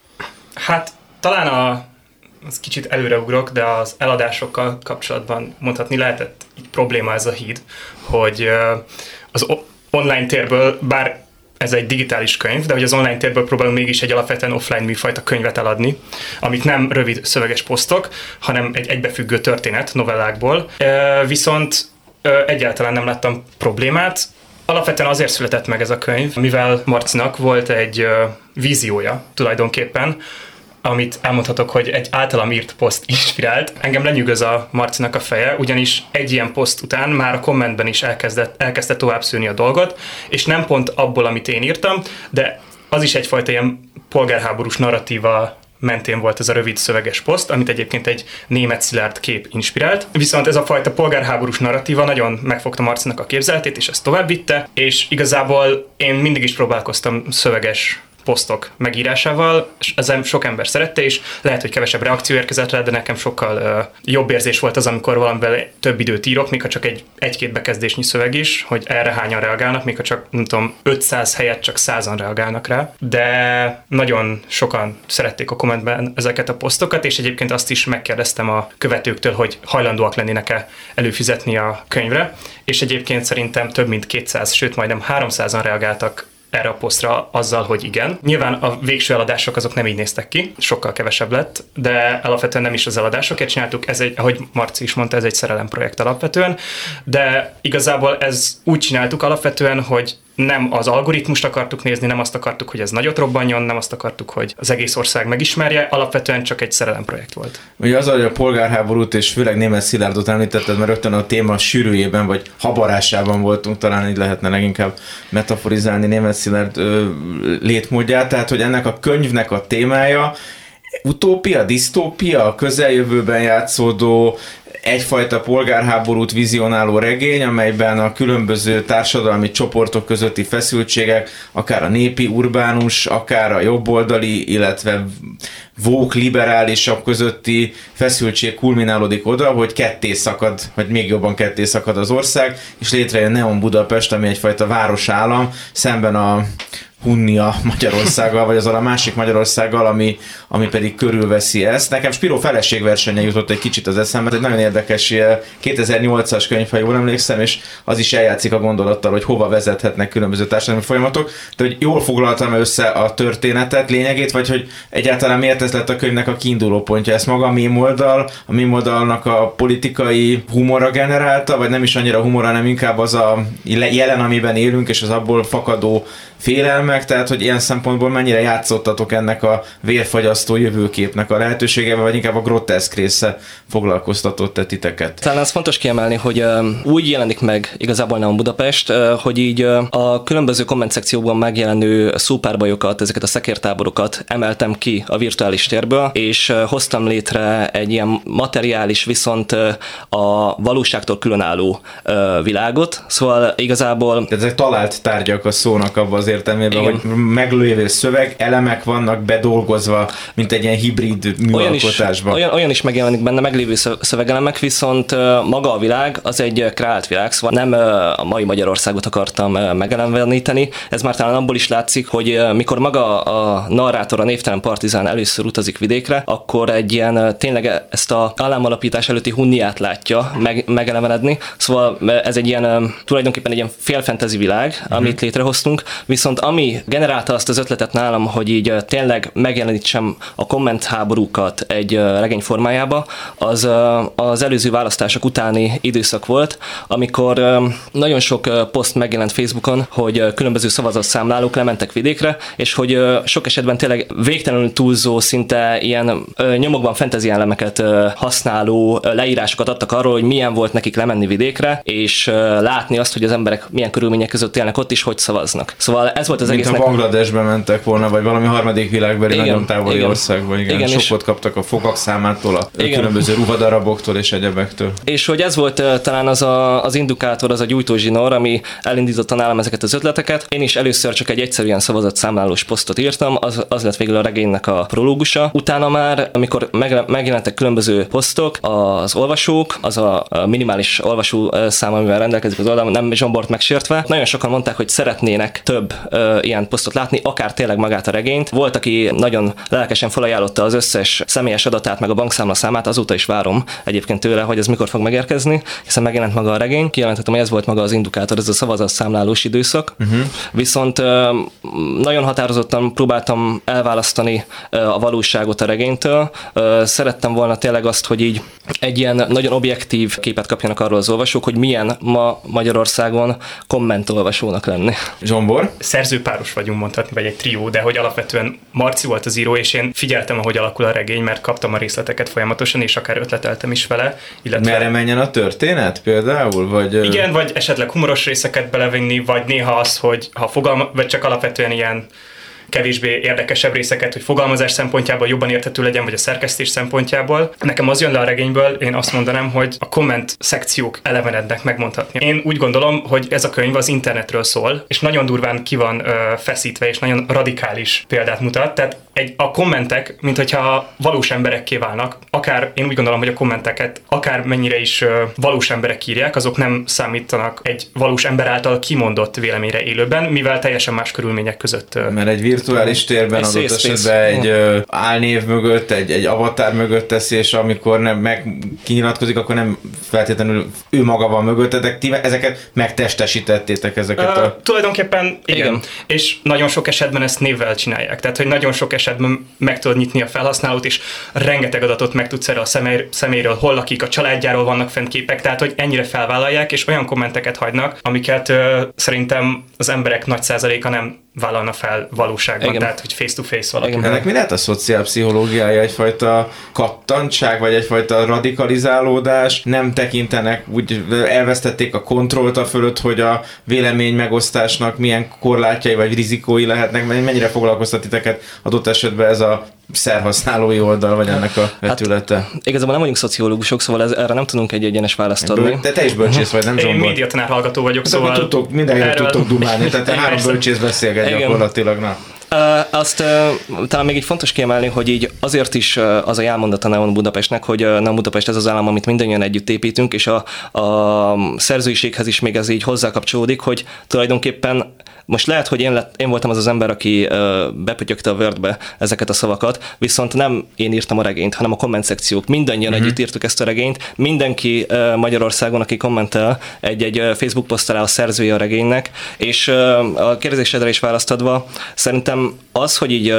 [SPEAKER 6] Hát
[SPEAKER 8] talán az kicsit előreugrok, de az eladásokkal kapcsolatban mondhatni lehetett így probléma ez a híd, hogy az online térből, bár ez egy digitális könyv, de hogy az online térből próbálunk mégis egy alapvetően offline műfajta könyvet eladni, amik nem rövid szöveges posztok, hanem egy egybefüggő történet novellákból. Viszont egyáltalán nem láttam problémát. Alapvetően azért született meg ez a könyv, mivel Marcinak volt egy víziója tulajdonképpen, amit elmondhatok, hogy egy általam írt poszt inspirált. Engem lenyűgöz a Marcinak a feje, ugyanis egy ilyen poszt után már a kommentben is elkezdte tovább szűrni a dolgot, és nem pont abból, amit én írtam, de az is egyfajta ilyen polgárháborús narratíva mentén volt ez a rövid szöveges poszt, amit egyébként egy német Szilárd kép inspirált. Viszont ez a fajta polgárháborús narratíva nagyon megfogta Marcinak a képzeletét, és ezt tovább vitte, és igazából én mindig is próbálkoztam szöveges posztok megírásával, és ezen sok ember szerette, és lehet, hogy kevesebb reakció érkezett rá, de nekem sokkal jobb érzés volt az, amikor valamivel több időt írok, mikor csak egy-két bekezdésnyi szöveg is, hogy erre hányan reagálnak, mikor csak, nem tudom, 500 helyett csak 100-an reagálnak rá, de nagyon sokan szerették a kommentben ezeket a posztokat, és egyébként azt is megkérdeztem a követőktől, hogy hajlandóak lennének-e előfizetni a könyvre, és egyébként szerintem több mint 200, sőt majdnem 300-an reagáltak erre a posztra azzal, hogy igen. Nyilván a végső eladások azok nem így néztek ki, sokkal kevesebb lett, de alapvetően nem is az eladásokért csináltuk, ez egy, ahogy Marci is mondta, ez egy szerelemprojekt alapvetően, de igazából ez úgy csináltuk alapvetően, hogy nem az algoritmust akartuk nézni, nem azt akartuk, hogy ez nagyot robbanjon, nem azt akartuk, hogy az egész ország megismerje, alapvetően csak egy szerelemprojekt volt.
[SPEAKER 6] Ugye az, hogy a polgárháborút és főleg német Szilárdot említetted, mert rögtön a téma sűrűjében vagy habarásában voltunk, talán így lehetne leginkább metaforizálni német Szilárd létmódját, tehát hogy ennek a könyvnek a témája utópia, disztópia, közeljövőben játszódó egyfajta polgárháborút vizionáló regény, amelyben a különböző társadalmi csoportok közötti feszültségek, akár a népi, urbánus, akár a jobboldali, illetve woke liberálisabb közötti feszültség kulminálódik oda, hogy ketté szakad, vagy még jobban ketté szakad az ország, és létrejön Neon Budapest, ami egyfajta városállam, szemben a Hunnia Magyarországgal, vagy azzal a másik Magyarországgal, ami pedig körülveszi ezt. Nekem Spiró feleségversenye jutott egy kicsit az eszembe, egy nagyon érdekes 2008-as könyv, ha jól emlékszem, és az is eljátszik a gondolattal, hogy hova vezethetnek különböző társadalmi folyamatok. De hogy jól foglaltam össze a történetet, lényegét, vagy hogy egyáltalán miért ez lett a könyvnek a kiinduló pontja. Ezt maga a meme oldalnak a politikai humora generálta, vagy nem is annyira humora, hanem inkább az a jelen, amiben élünk, és az abból fakadó félelmek, tehát hogy ilyen szempontból mennyire játszottatok ennek a vérfagyasztó jövőképnek a lehetőségével, vagy inkább a groteszk része foglalkoztatott titeket?
[SPEAKER 7] Talán az fontos kiemelni, hogy úgy jelenik meg igazából Neon Budapest, hogy így a különböző komment-szekciókban megjelenő szópárbajokat, ezeket a szekértáborokat emeltem ki a virtuális térből, és hoztam létre egy ilyen materiális, viszont a valóságtól különálló világot. Szóval igazából...
[SPEAKER 6] Ezek talált tárgyak a szónak abban az értelmében, hogy meglévő szöveg, elemek vannak bedolgozva, mint egy ilyen hibrid műalkotásban.
[SPEAKER 7] Olyan is megjelenik benne meglévő szövegelemek, viszont maga a világ az egy kreált világ, szóval nem a mai Magyarországot akartam megjeleníteni. Ez már talán abból is látszik, hogy mikor maga a narrátor, a névtelen partizán először utazik vidékre, akkor egy ilyen tényleg ezt a állámalapítás előtti Hunniát látja megelevenedni. Szóval ez egy ilyen tulajdonképpen egy ilyen félfentezi világ, amit létrehoztunk, viszont ami generálta azt az ötletet nálam, hogy így tényleg megjelenítsem a kommentháborúkat egy regény formájába, az előző választások utáni időszak volt, amikor nagyon sok poszt megjelent Facebookon, hogy különböző szavazatszámlálók lementek vidékre, és hogy sok esetben tényleg végtelenül túlzó, szinte ilyen nyomokban fantasy elemeket használó leírásokat adtak arról, hogy milyen volt nekik lemenni vidékre, és látni azt, hogy az emberek milyen körülmények között élnek ott is, hogy szavaznak. Szóval ez volt az egésznek.
[SPEAKER 6] Mint a Bangladesbe mentek volna, vagy valami harmadik világbeli nagyon távoli országba. Igen, sokat kaptak a fogak számától, a különböző ruhadaraboktól és egyebektől. És
[SPEAKER 7] hogy ez volt talán az indukátor, az a gyújtózsinór, ami elindította nálam ezeket az ötleteket. Én is először csak egy egyszerűen szavazatszámlálós posztot írtam, az lett végül a regénynek a prológusa. Utána már, amikor megjelentek különböző posztok, az olvasók, az a minimális olvasó szám, amivel rendelkezik az oldalon, nem zsombort megsértve. Nagyon sokan mondták, hogy szeretnének több ilyen posztot látni, akár tényleg magát a regényt. Volt, aki nagyon lelkesen felajánlotta az összes személyes adatát, meg a bankszámla számát, azóta is várom egyébként tőle, hogy ez mikor fog megérkezni, hiszen megjelent maga a regény. Kijelentettem, hogy ez volt maga az indukátor, ez a szavazatszámlálós időszak. Viszont nagyon határozottan próbáltam elválasztani a valóságot a regénytől. Szerettem volna tényleg azt, hogy így egy ilyen nagyon objektív képet kapjanak arról az olvasók, hogy milyen ma Magyarországon kommentolvasónak lenni.
[SPEAKER 6] Zsombor?
[SPEAKER 8] Szerzőpáros vagyunk mondhatni, vagy egy trió, de hogy alapvetően Marci volt az író, és én figyeltem, ahogy alakul a regény, mert kaptam a részleteket folyamatosan, és akár ötleteltem is vele.
[SPEAKER 6] Illetve... Merre menjen a történet például? Vagy...
[SPEAKER 8] Igen, vagy esetleg humoros részeket belevinni, vagy néha az, hogy ha vagy csak alapvetően ilyen kevésbé érdekesebb részeket, hogy fogalmazás szempontjából jobban érthető legyen, vagy a szerkesztés szempontjából. Nekem az jön le a regényből, én azt mondanám, hogy a komment szekciók elevenednek, megmondhatni. Én úgy gondolom, hogy ez a könyv az internetről szól, és nagyon durván ki van feszítve, és nagyon radikális példát mutat. Tehát a kommentek, mint hogyha valós emberekké válnak, akár én úgy gondolom, hogy a kommenteket akár mennyire is valós emberek írják, azok nem számítanak egy valós ember által kimondott véleményre élőben, mivel teljesen más körülmények között.
[SPEAKER 6] Mert egy virtuális térben adott esetben egy álnév mögött, egy avatár mögött teszi, és amikor nem kinyilatkozik, akkor nem feltétlenül ő maga van mögöttetek, ti ezeket megtestesítettétek ezeket
[SPEAKER 8] Tulajdonképpen igen. És nagyon sok esetben ezt névvel csinálják. Tehát, hogy nagyon sok esetben meg tudod nyitni a felhasználót, és rengeteg adatot megtudsz erre a személyről, hol lakik, a családjáról vannak fent képek, tehát, hogy ennyire felvállalják, és olyan kommenteket hagynak, amiket szerintem az emberek nagy százaléka nem vállalna fel valóságban, igen. Tehát, hogy face-to-face valaki.
[SPEAKER 6] Ennek mi lehet a szociálpszichológiája? Egyfajta kattantság, vagy egyfajta radikalizálódás? Nem tekintenek, úgy elvesztették a kontrollt a fölött, hogy a vélemény megosztásnak milyen korlátjai vagy rizikói lehetnek, mennyire foglalkoztat titeket adott esetben ez a szerhasználói oldal, vagy ennek a vetülete?
[SPEAKER 7] Hát, igazából nem vagyunk szociológusok, szóval erre nem tudunk egy egyenes választ adni.
[SPEAKER 6] Te is bölcsész vagy, nem Zsombor?
[SPEAKER 8] Én médiatanár hallgató vagyok, szóval...
[SPEAKER 6] Mindenre tudtok dumálni, tehát te 3 bölcsész beszélget gyakorlatilag, na.
[SPEAKER 7] Azt talán még így fontos kiemelni, hogy így azért is az a jelmondat a Neon Budapestnek, hogy Neon Budapest ez az állam, amit mindannyian együtt építünk, és a szerzőiséghez is még ez így hozzákapcsolódik, hogy tulajdonképpen most lehet, hogy én voltam az ember, aki bepötyögte a Wordbe ezeket a szavakat, viszont nem én írtam a regényt, hanem a komment szekciók. Mindannyian együtt írtuk ezt a regényt. Mindenki Magyarországon, aki kommentel, egy Facebook posztál a szerzője a regénynek, és a kérdésedre is választ adva, szerintem az, hogy így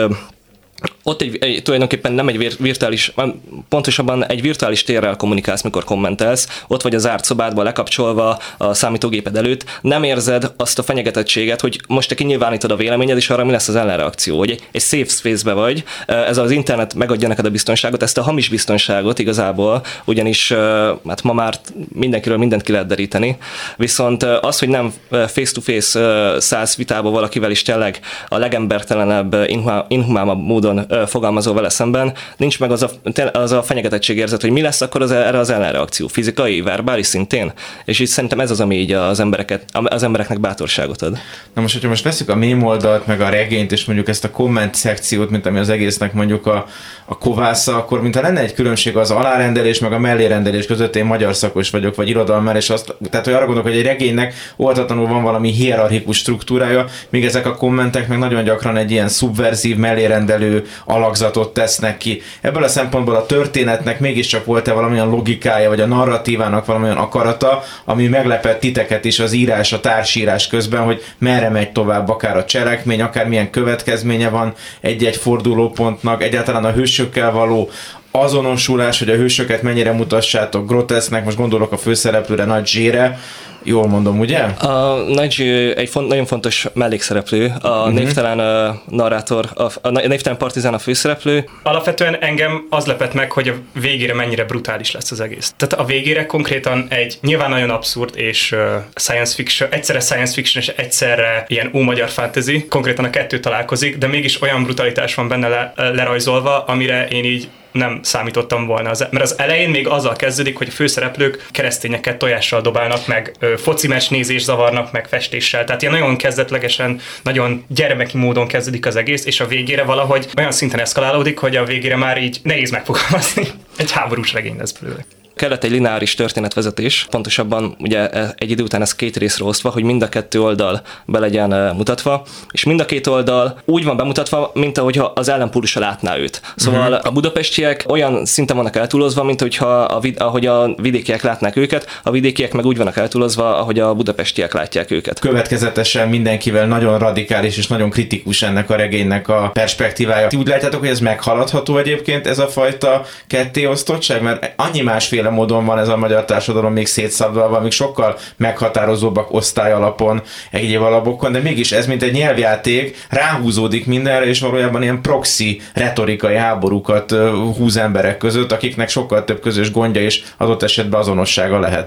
[SPEAKER 7] ott tulajdonképpen nem egy virtuális, pontosabban egy virtuális térrel kommunikálsz, mikor kommentelsz, ott vagy a zárt szobádban lekapcsolva a számítógéped előtt, nem érzed azt a fenyegetettséget, hogy most te kinyilvánítod a véleményed, és arra mi lesz az ellenreakció, hogy egy safe space-be vagy, ez az internet megadja neked a biztonságot, ezt a hamis biztonságot igazából, ugyanis hát ma már mindenkiről mindent ki lehet deríteni, viszont az, hogy nem face-to-face szállsz vitába valakivel is tényleg a legembertelenebb, inhumánabb módon fogalmazol vele szemben, nincs meg az a fenyegetettségérzet, hogy mi lesz akkor erre az ellenreakció, fizikai, verbális szintén, és így szerintem ez az, ami így az embereknek bátorságot ad.
[SPEAKER 6] Na most, hogyha most veszük a mém oldalt, meg a regényt, és mondjuk ezt a komment szekciót, mint ami az egésznek mondjuk a kovásza, akkor mintha lenne egy különbség az alárendelés, meg a mellérendelés között. Én magyar szakos vagyok, vagy irodalmár, és tehát, hogy arra gondolok, hogy egy regénynek oltatlanul van valami hierarchikus struktúrája, míg ezek a kommentek meg nagyon gyakran egy ilyen szubverzív, mellérendelő alakzatot tesznek ki. Ebből a szempontból a történetnek mégiscsak volt-e valamilyen logikája, vagy a narratívának valamilyen akarata, ami meglepett titeket is az írás, a társírás közben, hogy merre megy tovább akár a cselekmény, akár milyen következménye van egy-egy fordulópontnak, egyáltalán a hősökkel való azonosulás, hogy a hősöket mennyire mutassátok grotesznek, most gondolok a főszereplőre, Nagy Zsére, jól mondom, ugye?
[SPEAKER 7] A Nagy Zsé egy nagyon fontos mellékszereplő, a névtelen narrátor, a névtelen partizán a főszereplő.
[SPEAKER 8] Alapvetően engem az lepett meg, hogy a végére mennyire brutális lesz az egész. Tehát a végére konkrétan egy nyilván nagyon abszurd és science fiction, egyszerre science fiction és egyszerre ilyen ómagyar fantasy, konkrétan a kettő találkozik, de mégis olyan brutalitás van benne lerajzolva, amire én így nem számítottam volna. Mert az elején még azzal kezdődik, hogy a főszereplők keresztényeket tojással dobálnak, meg foci meccs nézés zavarnak, meg festéssel. Tehát ilyen nagyon kezdetlegesen, nagyon gyermeki módon kezdődik az egész, és a végére valahogy olyan szinten eszkalálódik, hogy a végére már így nehéz megfogalmazni. Egy háborús regény lesz belőle.
[SPEAKER 7] Kellett egy lineáris történetvezetés, pontosabban ugye egy idő után ez 2 részre osztva, hogy mind a 2 oldal be legyen mutatva, és mind a 2 oldal úgy van bemutatva, mint ahogyha az ellenpólusa látná őt. Szóval a budapestiek olyan szinten vannak eltúlozva, mint ahogy a vidékiek látnák őket, a vidékiek meg úgy vannak eltúlozva, ahogy a budapestiek látják őket.
[SPEAKER 6] Következetesen mindenkivel nagyon radikális és nagyon kritikus ennek a regénynek a perspektívája. Ti úgy látjátok, hogy ez meghaladható egyébként, ez a fajta kettéosztottság, mert annyi másféle módon van ez a magyar társadalom még szétszabdalva, még sokkal meghatározóbbak osztályalapon, egyéb alapokon, de mégis ez, mint egy nyelvjáték, ráhúzódik mindenre, és valójában ilyen proxy retorikai háborúkat húz emberek között, akiknek sokkal több közös gondja és adott esetben azonossága lehetne.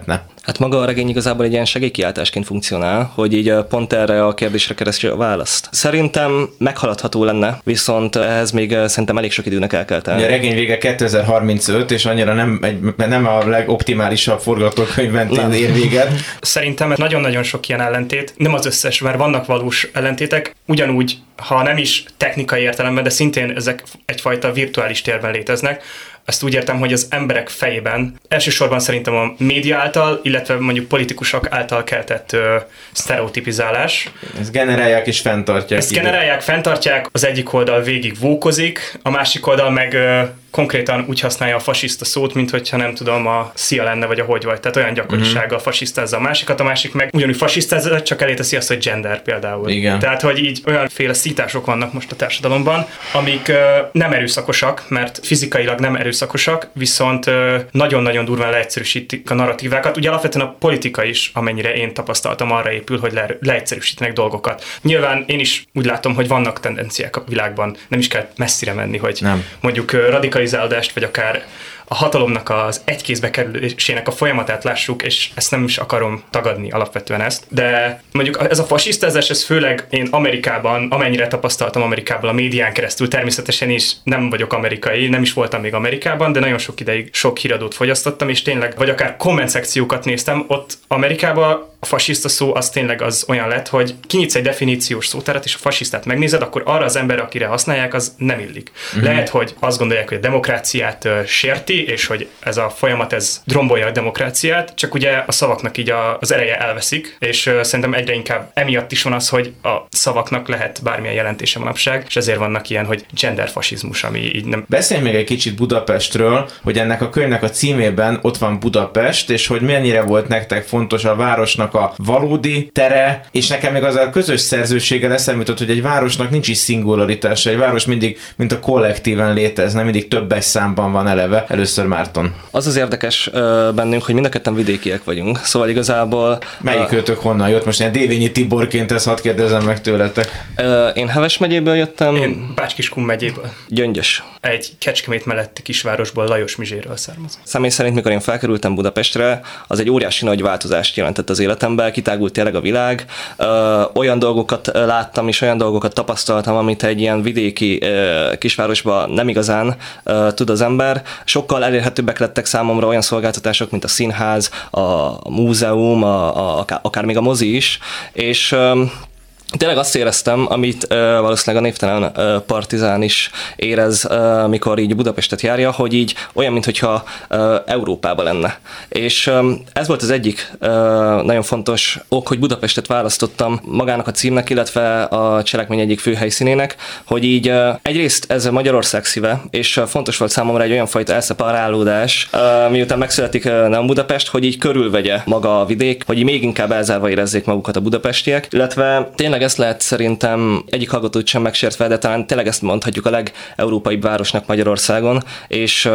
[SPEAKER 7] Hát maga a regény igazából egy ilyen segélykiáltásként funkcionál, hogy így pont erre a kérdésre keresi a választ. Szerintem meghaladható lenne, viszont ehhez még szerintem elég sok időnek el kell tenni.
[SPEAKER 6] A regény vége 2035, és annyira nem a legoptimálisabb forgatókönyv mentén ér véget.
[SPEAKER 8] Szerintem nagyon-nagyon sok ilyen ellentét, nem az összes, mert vannak valós ellentétek, ugyanúgy, ha nem is technikai értelemben, de szintén ezek egyfajta virtuális térben léteznek. Ezt úgy értem, hogy az emberek fejében elsősorban szerintem a média által, illetve mondjuk politikusok által keltett sztereotipizálás.
[SPEAKER 6] Ezt generálják és fenntartják.
[SPEAKER 8] Fenntartják, az egyik oldal végig vókozik, a másik oldal meg konkrétan úgy használja a fasiszta szót, mint hogyha nem tudom, a szia lenne, vagy a hogy vagy. Tehát olyan gyakorisággal fasisztázza a másikat, a másik meg ugyanúgy fasisztázza, csak eléteszi azt, hogy gender például.
[SPEAKER 6] Igen.
[SPEAKER 8] Tehát, hogy így olyanféle szítások vannak most a társadalomban, amik nem erőszakosak, mert fizikailag nem erőszakosak, viszont nagyon-nagyon durván leegyszerűsítik a narratívákat. Ugye alapvetően a politika is, amennyire én tapasztaltam, arra épül, hogy leegyszerűsítenek dolgokat. Nyilván én is úgy látom, hogy vannak tendenciák a világban, nem is kell messzire menni, hogy mondjuk radikalizálódást, vagy akár a hatalomnak az egykézbe kerülésének a folyamatát lássuk, és ezt nem is akarom tagadni alapvetően ezt. De mondjuk ez a fasisztázás, ez főleg én Amerikában, amennyire tapasztaltam Amerikában a médián keresztül, természetesen is nem vagyok amerikai, nem is voltam még Amerikában, de nagyon sok ideig sok híradót fogyasztottam, és tényleg, vagy akár komment szekciókat néztem, ott Amerikában a fasiszta szó az tényleg az olyan lett, hogy kinyitsz egy definíciós szótárat, és a fasisztát megnézed, akkor arra az emberre, akire használják, az nem illik. Lehet, hogy azt gondolják, hogy a demokráciát sérti, és hogy ez a folyamat, ez drombolja a demokráciát, csak ugye a szavaknak így az ereje elveszik, és szerintem egyre inkább emiatt is van az, hogy a szavaknak lehet bármilyen jelentése manapság, és ezért vannak ilyen, hogy genderfasizmus, ami így nem...
[SPEAKER 6] Beszéljünk még egy kicsit Budapestről, hogy ennek a könyvnek a címében ott van Budapest, és hogy mennyire volt nektek fontos a városnak a valódi tere, és nekem még az a közös szerzőséggel eszembe jutott, hogy egy városnak nincs is szingularitása, egy város mindig, mint a kollektíven létezne, mindig többes számban van eleve. Először Márton.
[SPEAKER 7] Az érdekes bennünk, hogy mind a ketten vidékiek vagyunk, szóval igazából...
[SPEAKER 6] Melyik őtök honnan jött? Most ilyen Dévényi Tiborként ezt hadd kérdezem meg tőletek.
[SPEAKER 7] Én Heves megyéből jöttem.
[SPEAKER 8] Én Bács-Kiskun megyéből.
[SPEAKER 7] Gyöngyös.
[SPEAKER 8] Egy Kecskemét melletti kisvárosból, Lajos Mizséről származom.
[SPEAKER 7] Személy szerint, mikor én felkerültem Budapestre, az egy óriási nagy változást jelentett az életemben, kitágult tényleg a világ. Olyan dolgokat láttam és olyan dolgokat tapasztaltam, amit egy ilyen vidéki kisvárosban nem igazán tud az ember. Sokkal elérhetőbbek lettek számomra olyan szolgáltatások, mint a színház, a múzeum, akár még a mozi is, és tényleg azt éreztem, amit valószínűleg a névtelen partizán is érez, mikor így Budapestet járja, hogy így olyan, mintha Európában lenne. És ez volt az egyik nagyon fontos ok, hogy Budapestet választottam magának a címnek, illetve a cselekmény egyik fő helyszínének, hogy így egyrészt ez Magyarország szíve, és fontos volt számomra egy olyan fajta elszeparálódás, miután megszületik nem Budapest, hogy így körülvegye maga a vidék, hogy így még inkább elzárva érezzék magukat a budapestiek, illetve tényleg ezt lehet szerintem egyik hallgatót sem megsértve, de talán tényleg ezt mondhatjuk a legeurópaibb városnak Magyarországon, és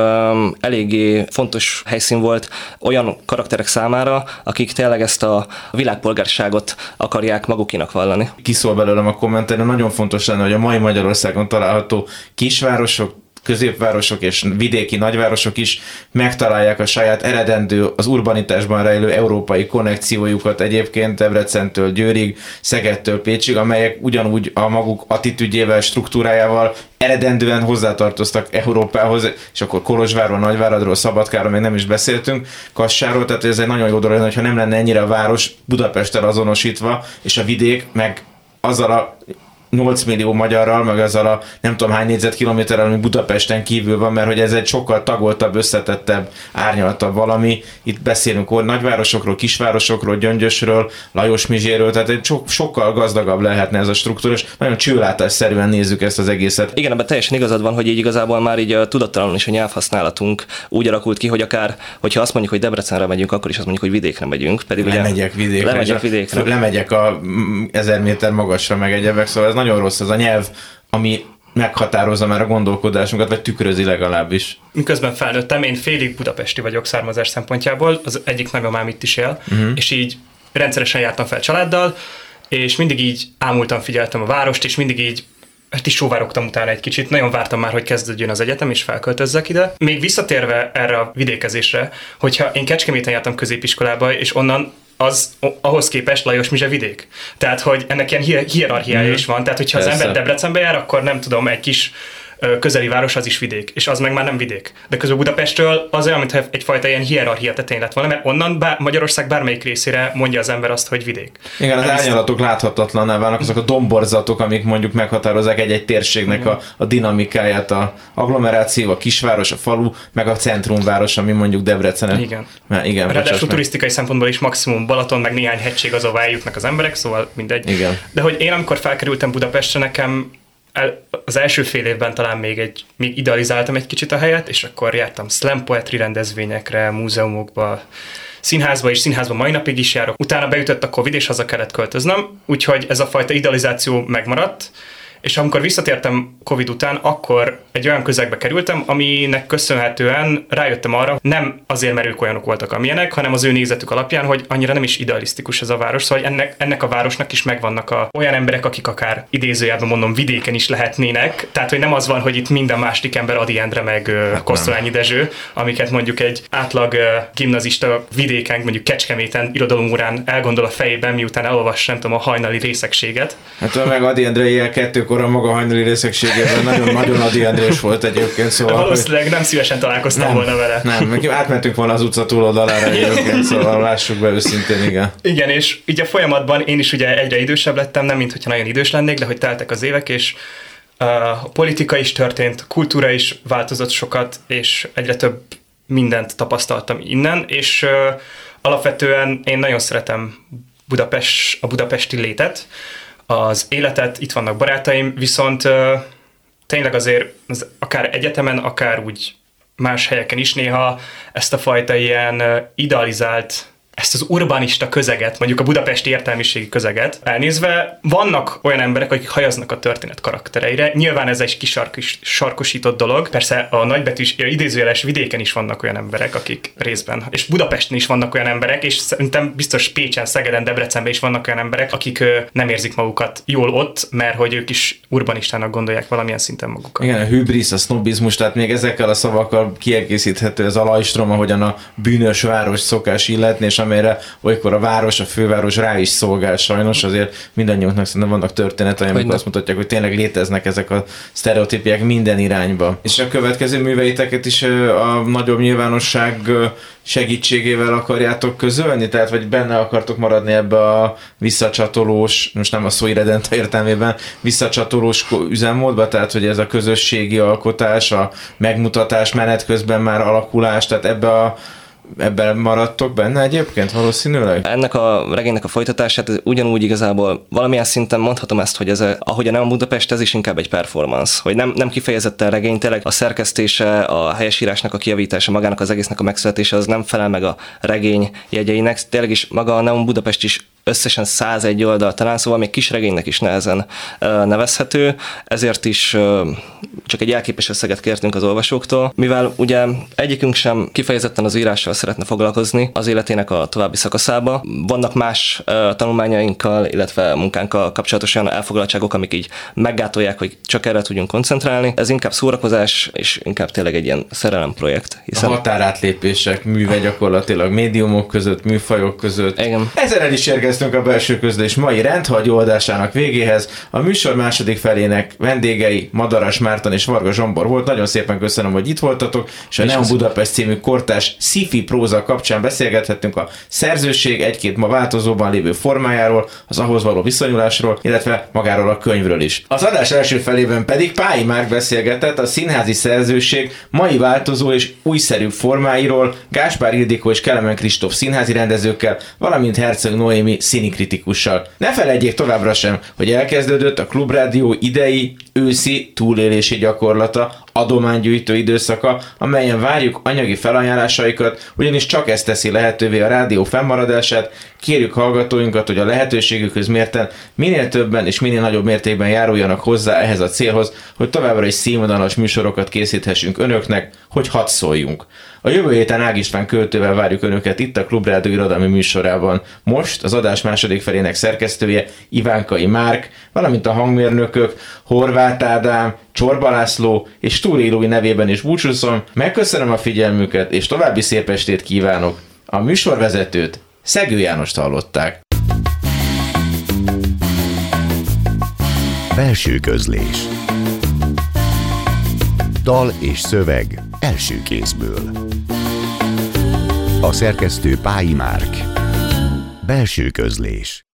[SPEAKER 7] eléggé fontos helyszín volt olyan karakterek számára, akik tényleg ezt a világpolgárságot akarják magukinak vallani.
[SPEAKER 6] Kiszól belőlem a kommentelő, nagyon fontos lenne, hogy a mai Magyarországon található kisvárosok, középvárosok és vidéki nagyvárosok is megtalálják a saját eredendő, az urbanitásban rejlő európai konnekciójukat egyébként Debrecentől Győrig, Szegedtől Pécsig, amelyek ugyanúgy a maguk attitűdjével, struktúrájával eredendően hozzátartoztak Európához, és akkor Kolozsvárról, Nagyváradról, Szabadkáról még nem is beszéltünk, Kassáról, tehát ez egy nagyon jó dolog, hogyha nem lenne ennyire a város Budapesttel azonosítva, és a vidék meg azzal a 8 millió magyarral, meg azzal a nem tudom hány négyzetkilométerrel, ami Budapesten kívül van, mert hogy ez egy sokkal tagoltabb, összetettebb, árnyaltabb valami. Itt beszélünk nagyvárosokról, kisvárosokról, Gyöngyösről, Lajos-Mizséről, tehát egy sokkal gazdagabb lehetne ez a struktúra, és nagyon csőlátásszerűen nézzük ezt az egészet.
[SPEAKER 7] Igen, ebben teljesen igazad van, hogy így igazából már így tudattalanul is a nyelvhasználatunk úgy alakult ki, hogy akár, hogyha azt mondjuk, hogy Debrecenre megyünk, akkor is azt mondjuk, hogy vidékre megyünk. Pedig
[SPEAKER 6] lemegyek vidékre. Lemegyek a 1000 méter magasra meg egyebek, szóval ez nagyon rossz ez a nyelv, ami meghatározza már a gondolkodásunkat, vagy tükrözi legalábbis.
[SPEAKER 8] Miközben felnőttem, én félig budapesti vagyok származás szempontjából, az egyik nagymamám itt is él, és így rendszeresen jártam fel családdal, és mindig így ámultan figyeltem a várost, és mindig így hát is sóvárogtam utána egy kicsit, nagyon vártam már, hogy kezdődjön az egyetem, és felköltözzek ide. Még visszatérve erre a vidékezésre, hogyha én Kecskeméten jártam középiskolába, és onnan ahhoz képest Lajosmizse vidék. Tehát, hogy ennek ilyen hierarchiája is van. Tehát, hogyha az ember Debrecenbe jár, akkor nem tudom, egy kis közeli város az is vidék, és az meg már nem vidék. De közben Budapestről az olyan, mintha egyfajta ilyen hierarchia tetején lett volna, mert onnan Magyarország bármelyik részére mondja az ember azt, hogy vidék. Igen,
[SPEAKER 6] az árnyalatok láthatatlanná válnak, azok a domborzatok, amik mondjuk meghatározzák egy térségnek a dinamikáját, a agglomeráció, a kisváros, a falu, meg a centrumváros, ami mondjuk Debrecen.
[SPEAKER 8] Igen. Ráadásul turisztikai szempontból is maximum Balaton, meg néhány hegység, azová eljutnak az emberek, szóval mindegy.
[SPEAKER 6] Igen.
[SPEAKER 8] De hogy én amikor felkerültem Budapestre, nekem az első fél évben talán még idealizáltam egy kicsit a helyet, és akkor jártam slam poetry rendezvényekre, múzeumokba, színházba, és színházba mai napig is járok. Utána beütött a Covid, és haza kellett költöznöm, úgyhogy ez a fajta idealizáció megmaradt, és amikor visszatértem Covid után, akkor egy olyan közegbe kerültem, aminek köszönhetően rájöttem arra, nem azért, mert ők olyanok voltak, amilyenek, hanem az ő nézetük alapján, hogy annyira nem is idealisztikus ez a város, szóval ennek a városnak is megvannak olyan emberek, akik akár idézőjelben mondom vidéken is lehetnének, tehát hogy nem az van, hogy itt minden második ember Ady Endre meg Kosztolányi Dezső, amiket mondjuk egy átlag gimnazista vidéken, mondjuk Kecskeméten irodalomórán elgondol a fejében, miután elolvas, nem tudom, a hajnali részegséget.
[SPEAKER 6] Hát meg Ady Endre ilyen kettőkor a maga hajnali részegségében nagyon Ady Andrés volt egyébként, szóval...
[SPEAKER 8] Valószínűleg nem szívesen találkoztam volna vele.
[SPEAKER 6] Nem, átmentünk volna az utca túloldalára egyébként, szóval lássuk be őszintén, igen.
[SPEAKER 8] Igen, és így a folyamatban én is ugye egyre idősebb lettem, nem mintha nagyon idős lennék, de hogy teltek az évek, és a politika is történt, a kultúra is változott sokat, és egyre több mindent tapasztaltam innen, és alapvetően én nagyon szeretem a budapesti létet, az életet, itt vannak barátaim, viszont tényleg azért akár egyetemen, akár úgy más helyeken is néha ezt a fajta ilyen idealizált, ezt az urbanista közeget, mondjuk a budapesti értelmiségi közeget elnézve, vannak olyan emberek, akik hajaznak a történet karaktereire. Nyilván ez egy kis sarkosított dolog. Persze a nagybetűs, idézőjeles vidéken is vannak olyan emberek, akik részben, és Budapesten is vannak olyan emberek, és szerintem biztos Pécsen, Szegeden, Debrecenben is vannak olyan emberek, akik nem érzik magukat jól ott, mert hogy ők is urbanistának gondolják valamilyen szinten magukat.
[SPEAKER 6] Igen, a hübrisz, a sznobizmus, tehát még ezekkel a szavakkal kiegészíthető ez a lajstrom, ahogyan a bűnös város szokás illetni, és amelyre olykor a város, a főváros rá is szolgál sajnos, azért mindannyiunknak szerintem vannak történetei, amikor azt mutatják, hogy tényleg léteznek ezek a sztereotípiák minden irányba. És a következő műveiteket is a nagyobb nyilvánosság segítségével akarjátok közölni? Tehát, vagy benne akartok maradni ebbe a visszacsatolós, most nem a szó irredenta értelmében, visszacsatolós üzemmódba, tehát, hogy ez a közösségi alkotás, a megmutatás menet közben már alakulás, tehát ebben maradtok benne egyébként valószínűleg?
[SPEAKER 7] Ennek a regénynek a folytatását ugyanúgy igazából valamilyen szinten mondhatom ezt, hogy ez ahogyan nem a Budapest, ez is inkább egy performance, hogy nem kifejezetten regény, tényleg a szerkesztése, a helyesírásnak a kijavítása, magának az egésznek a megszületése az nem felel meg a regény jegyeinek, tényleg is maga a Neon Budapest is összesen 101 oldal talán, szóval még kis regénynek is nehezen nevezhető, ezért is csak egy jelképes összeget kértünk az olvasóktól, mivel ugye egyikünk sem kifejezetten az írással szeretne foglalkozni az életének a további szakaszába. Vannak más tanulmányainkkal, illetve munkánkkal kapcsolatos olyan elfoglaltságok, amik így meggátolják, hogy csak erre tudjunk koncentrálni. Ez inkább szórakozás, és inkább tényleg egy ilyen szerelemprojekt.
[SPEAKER 6] Hiszen... A határátlépések műve gyakorlatilag médiumok között, műfajok között.
[SPEAKER 7] Igen.
[SPEAKER 6] Ezzel el is érkeztünk a belső közlés mai rendhagyó adásának végéhez. A műsor második felének vendégei Madaras Márton és Varga Zsombor volt. Nagyon szépen köszönöm, hogy itt voltatok, és a Neon Budapest című kortárs sci-fi próza kapcsán beszélgethettünk a szerzőség egy-két ma változóban lévő formájáról, az ahhoz való viszonyulásról, illetve magáról a könyvről is. Az adás első felében pedig Pályi Márk beszélgetett a színházi szerzőség mai változó és újszerűbb formáiról Gáspár Ildikó és Kelemen Kristóf színházi rendezőkkel, valamint Herceg Noémi színikritikussal. Ne felejtjék továbbra sem, hogy elkezdődött a Klubrádió idei őszi túlélési gyakorlata, adománygyűjtő időszaka, amelyen várjuk anyagi felajánlásaikat, ugyanis csak ez teszi lehetővé a rádió fennmaradását. Kérjük hallgatóinkat, hogy a lehetőségükhöz mérten minél többen és minél nagyobb mértékben járuljanak hozzá ehhez a célhoz, hogy továbbra is színvonalas műsorokat készíthessünk önöknek, hogy hadd szóljunk. A jövő héten Ág István költővel várjuk Önöket itt a Klubrádió irodalmi műsorában. Most az adás második felének szerkesztője Ivánkai Márk, valamint a hangmérnökök Horváth Ádám, Csorba László és Túri Ilói nevében is búcsúzom. Megköszönöm a figyelmüket, és további szép estét kívánok. A műsorvezetőt, Szegő Jánost hallották.
[SPEAKER 1] Belső közlés. Dal és szöveg első kézből. A szerkesztő Pályi Márk. Belső közlés.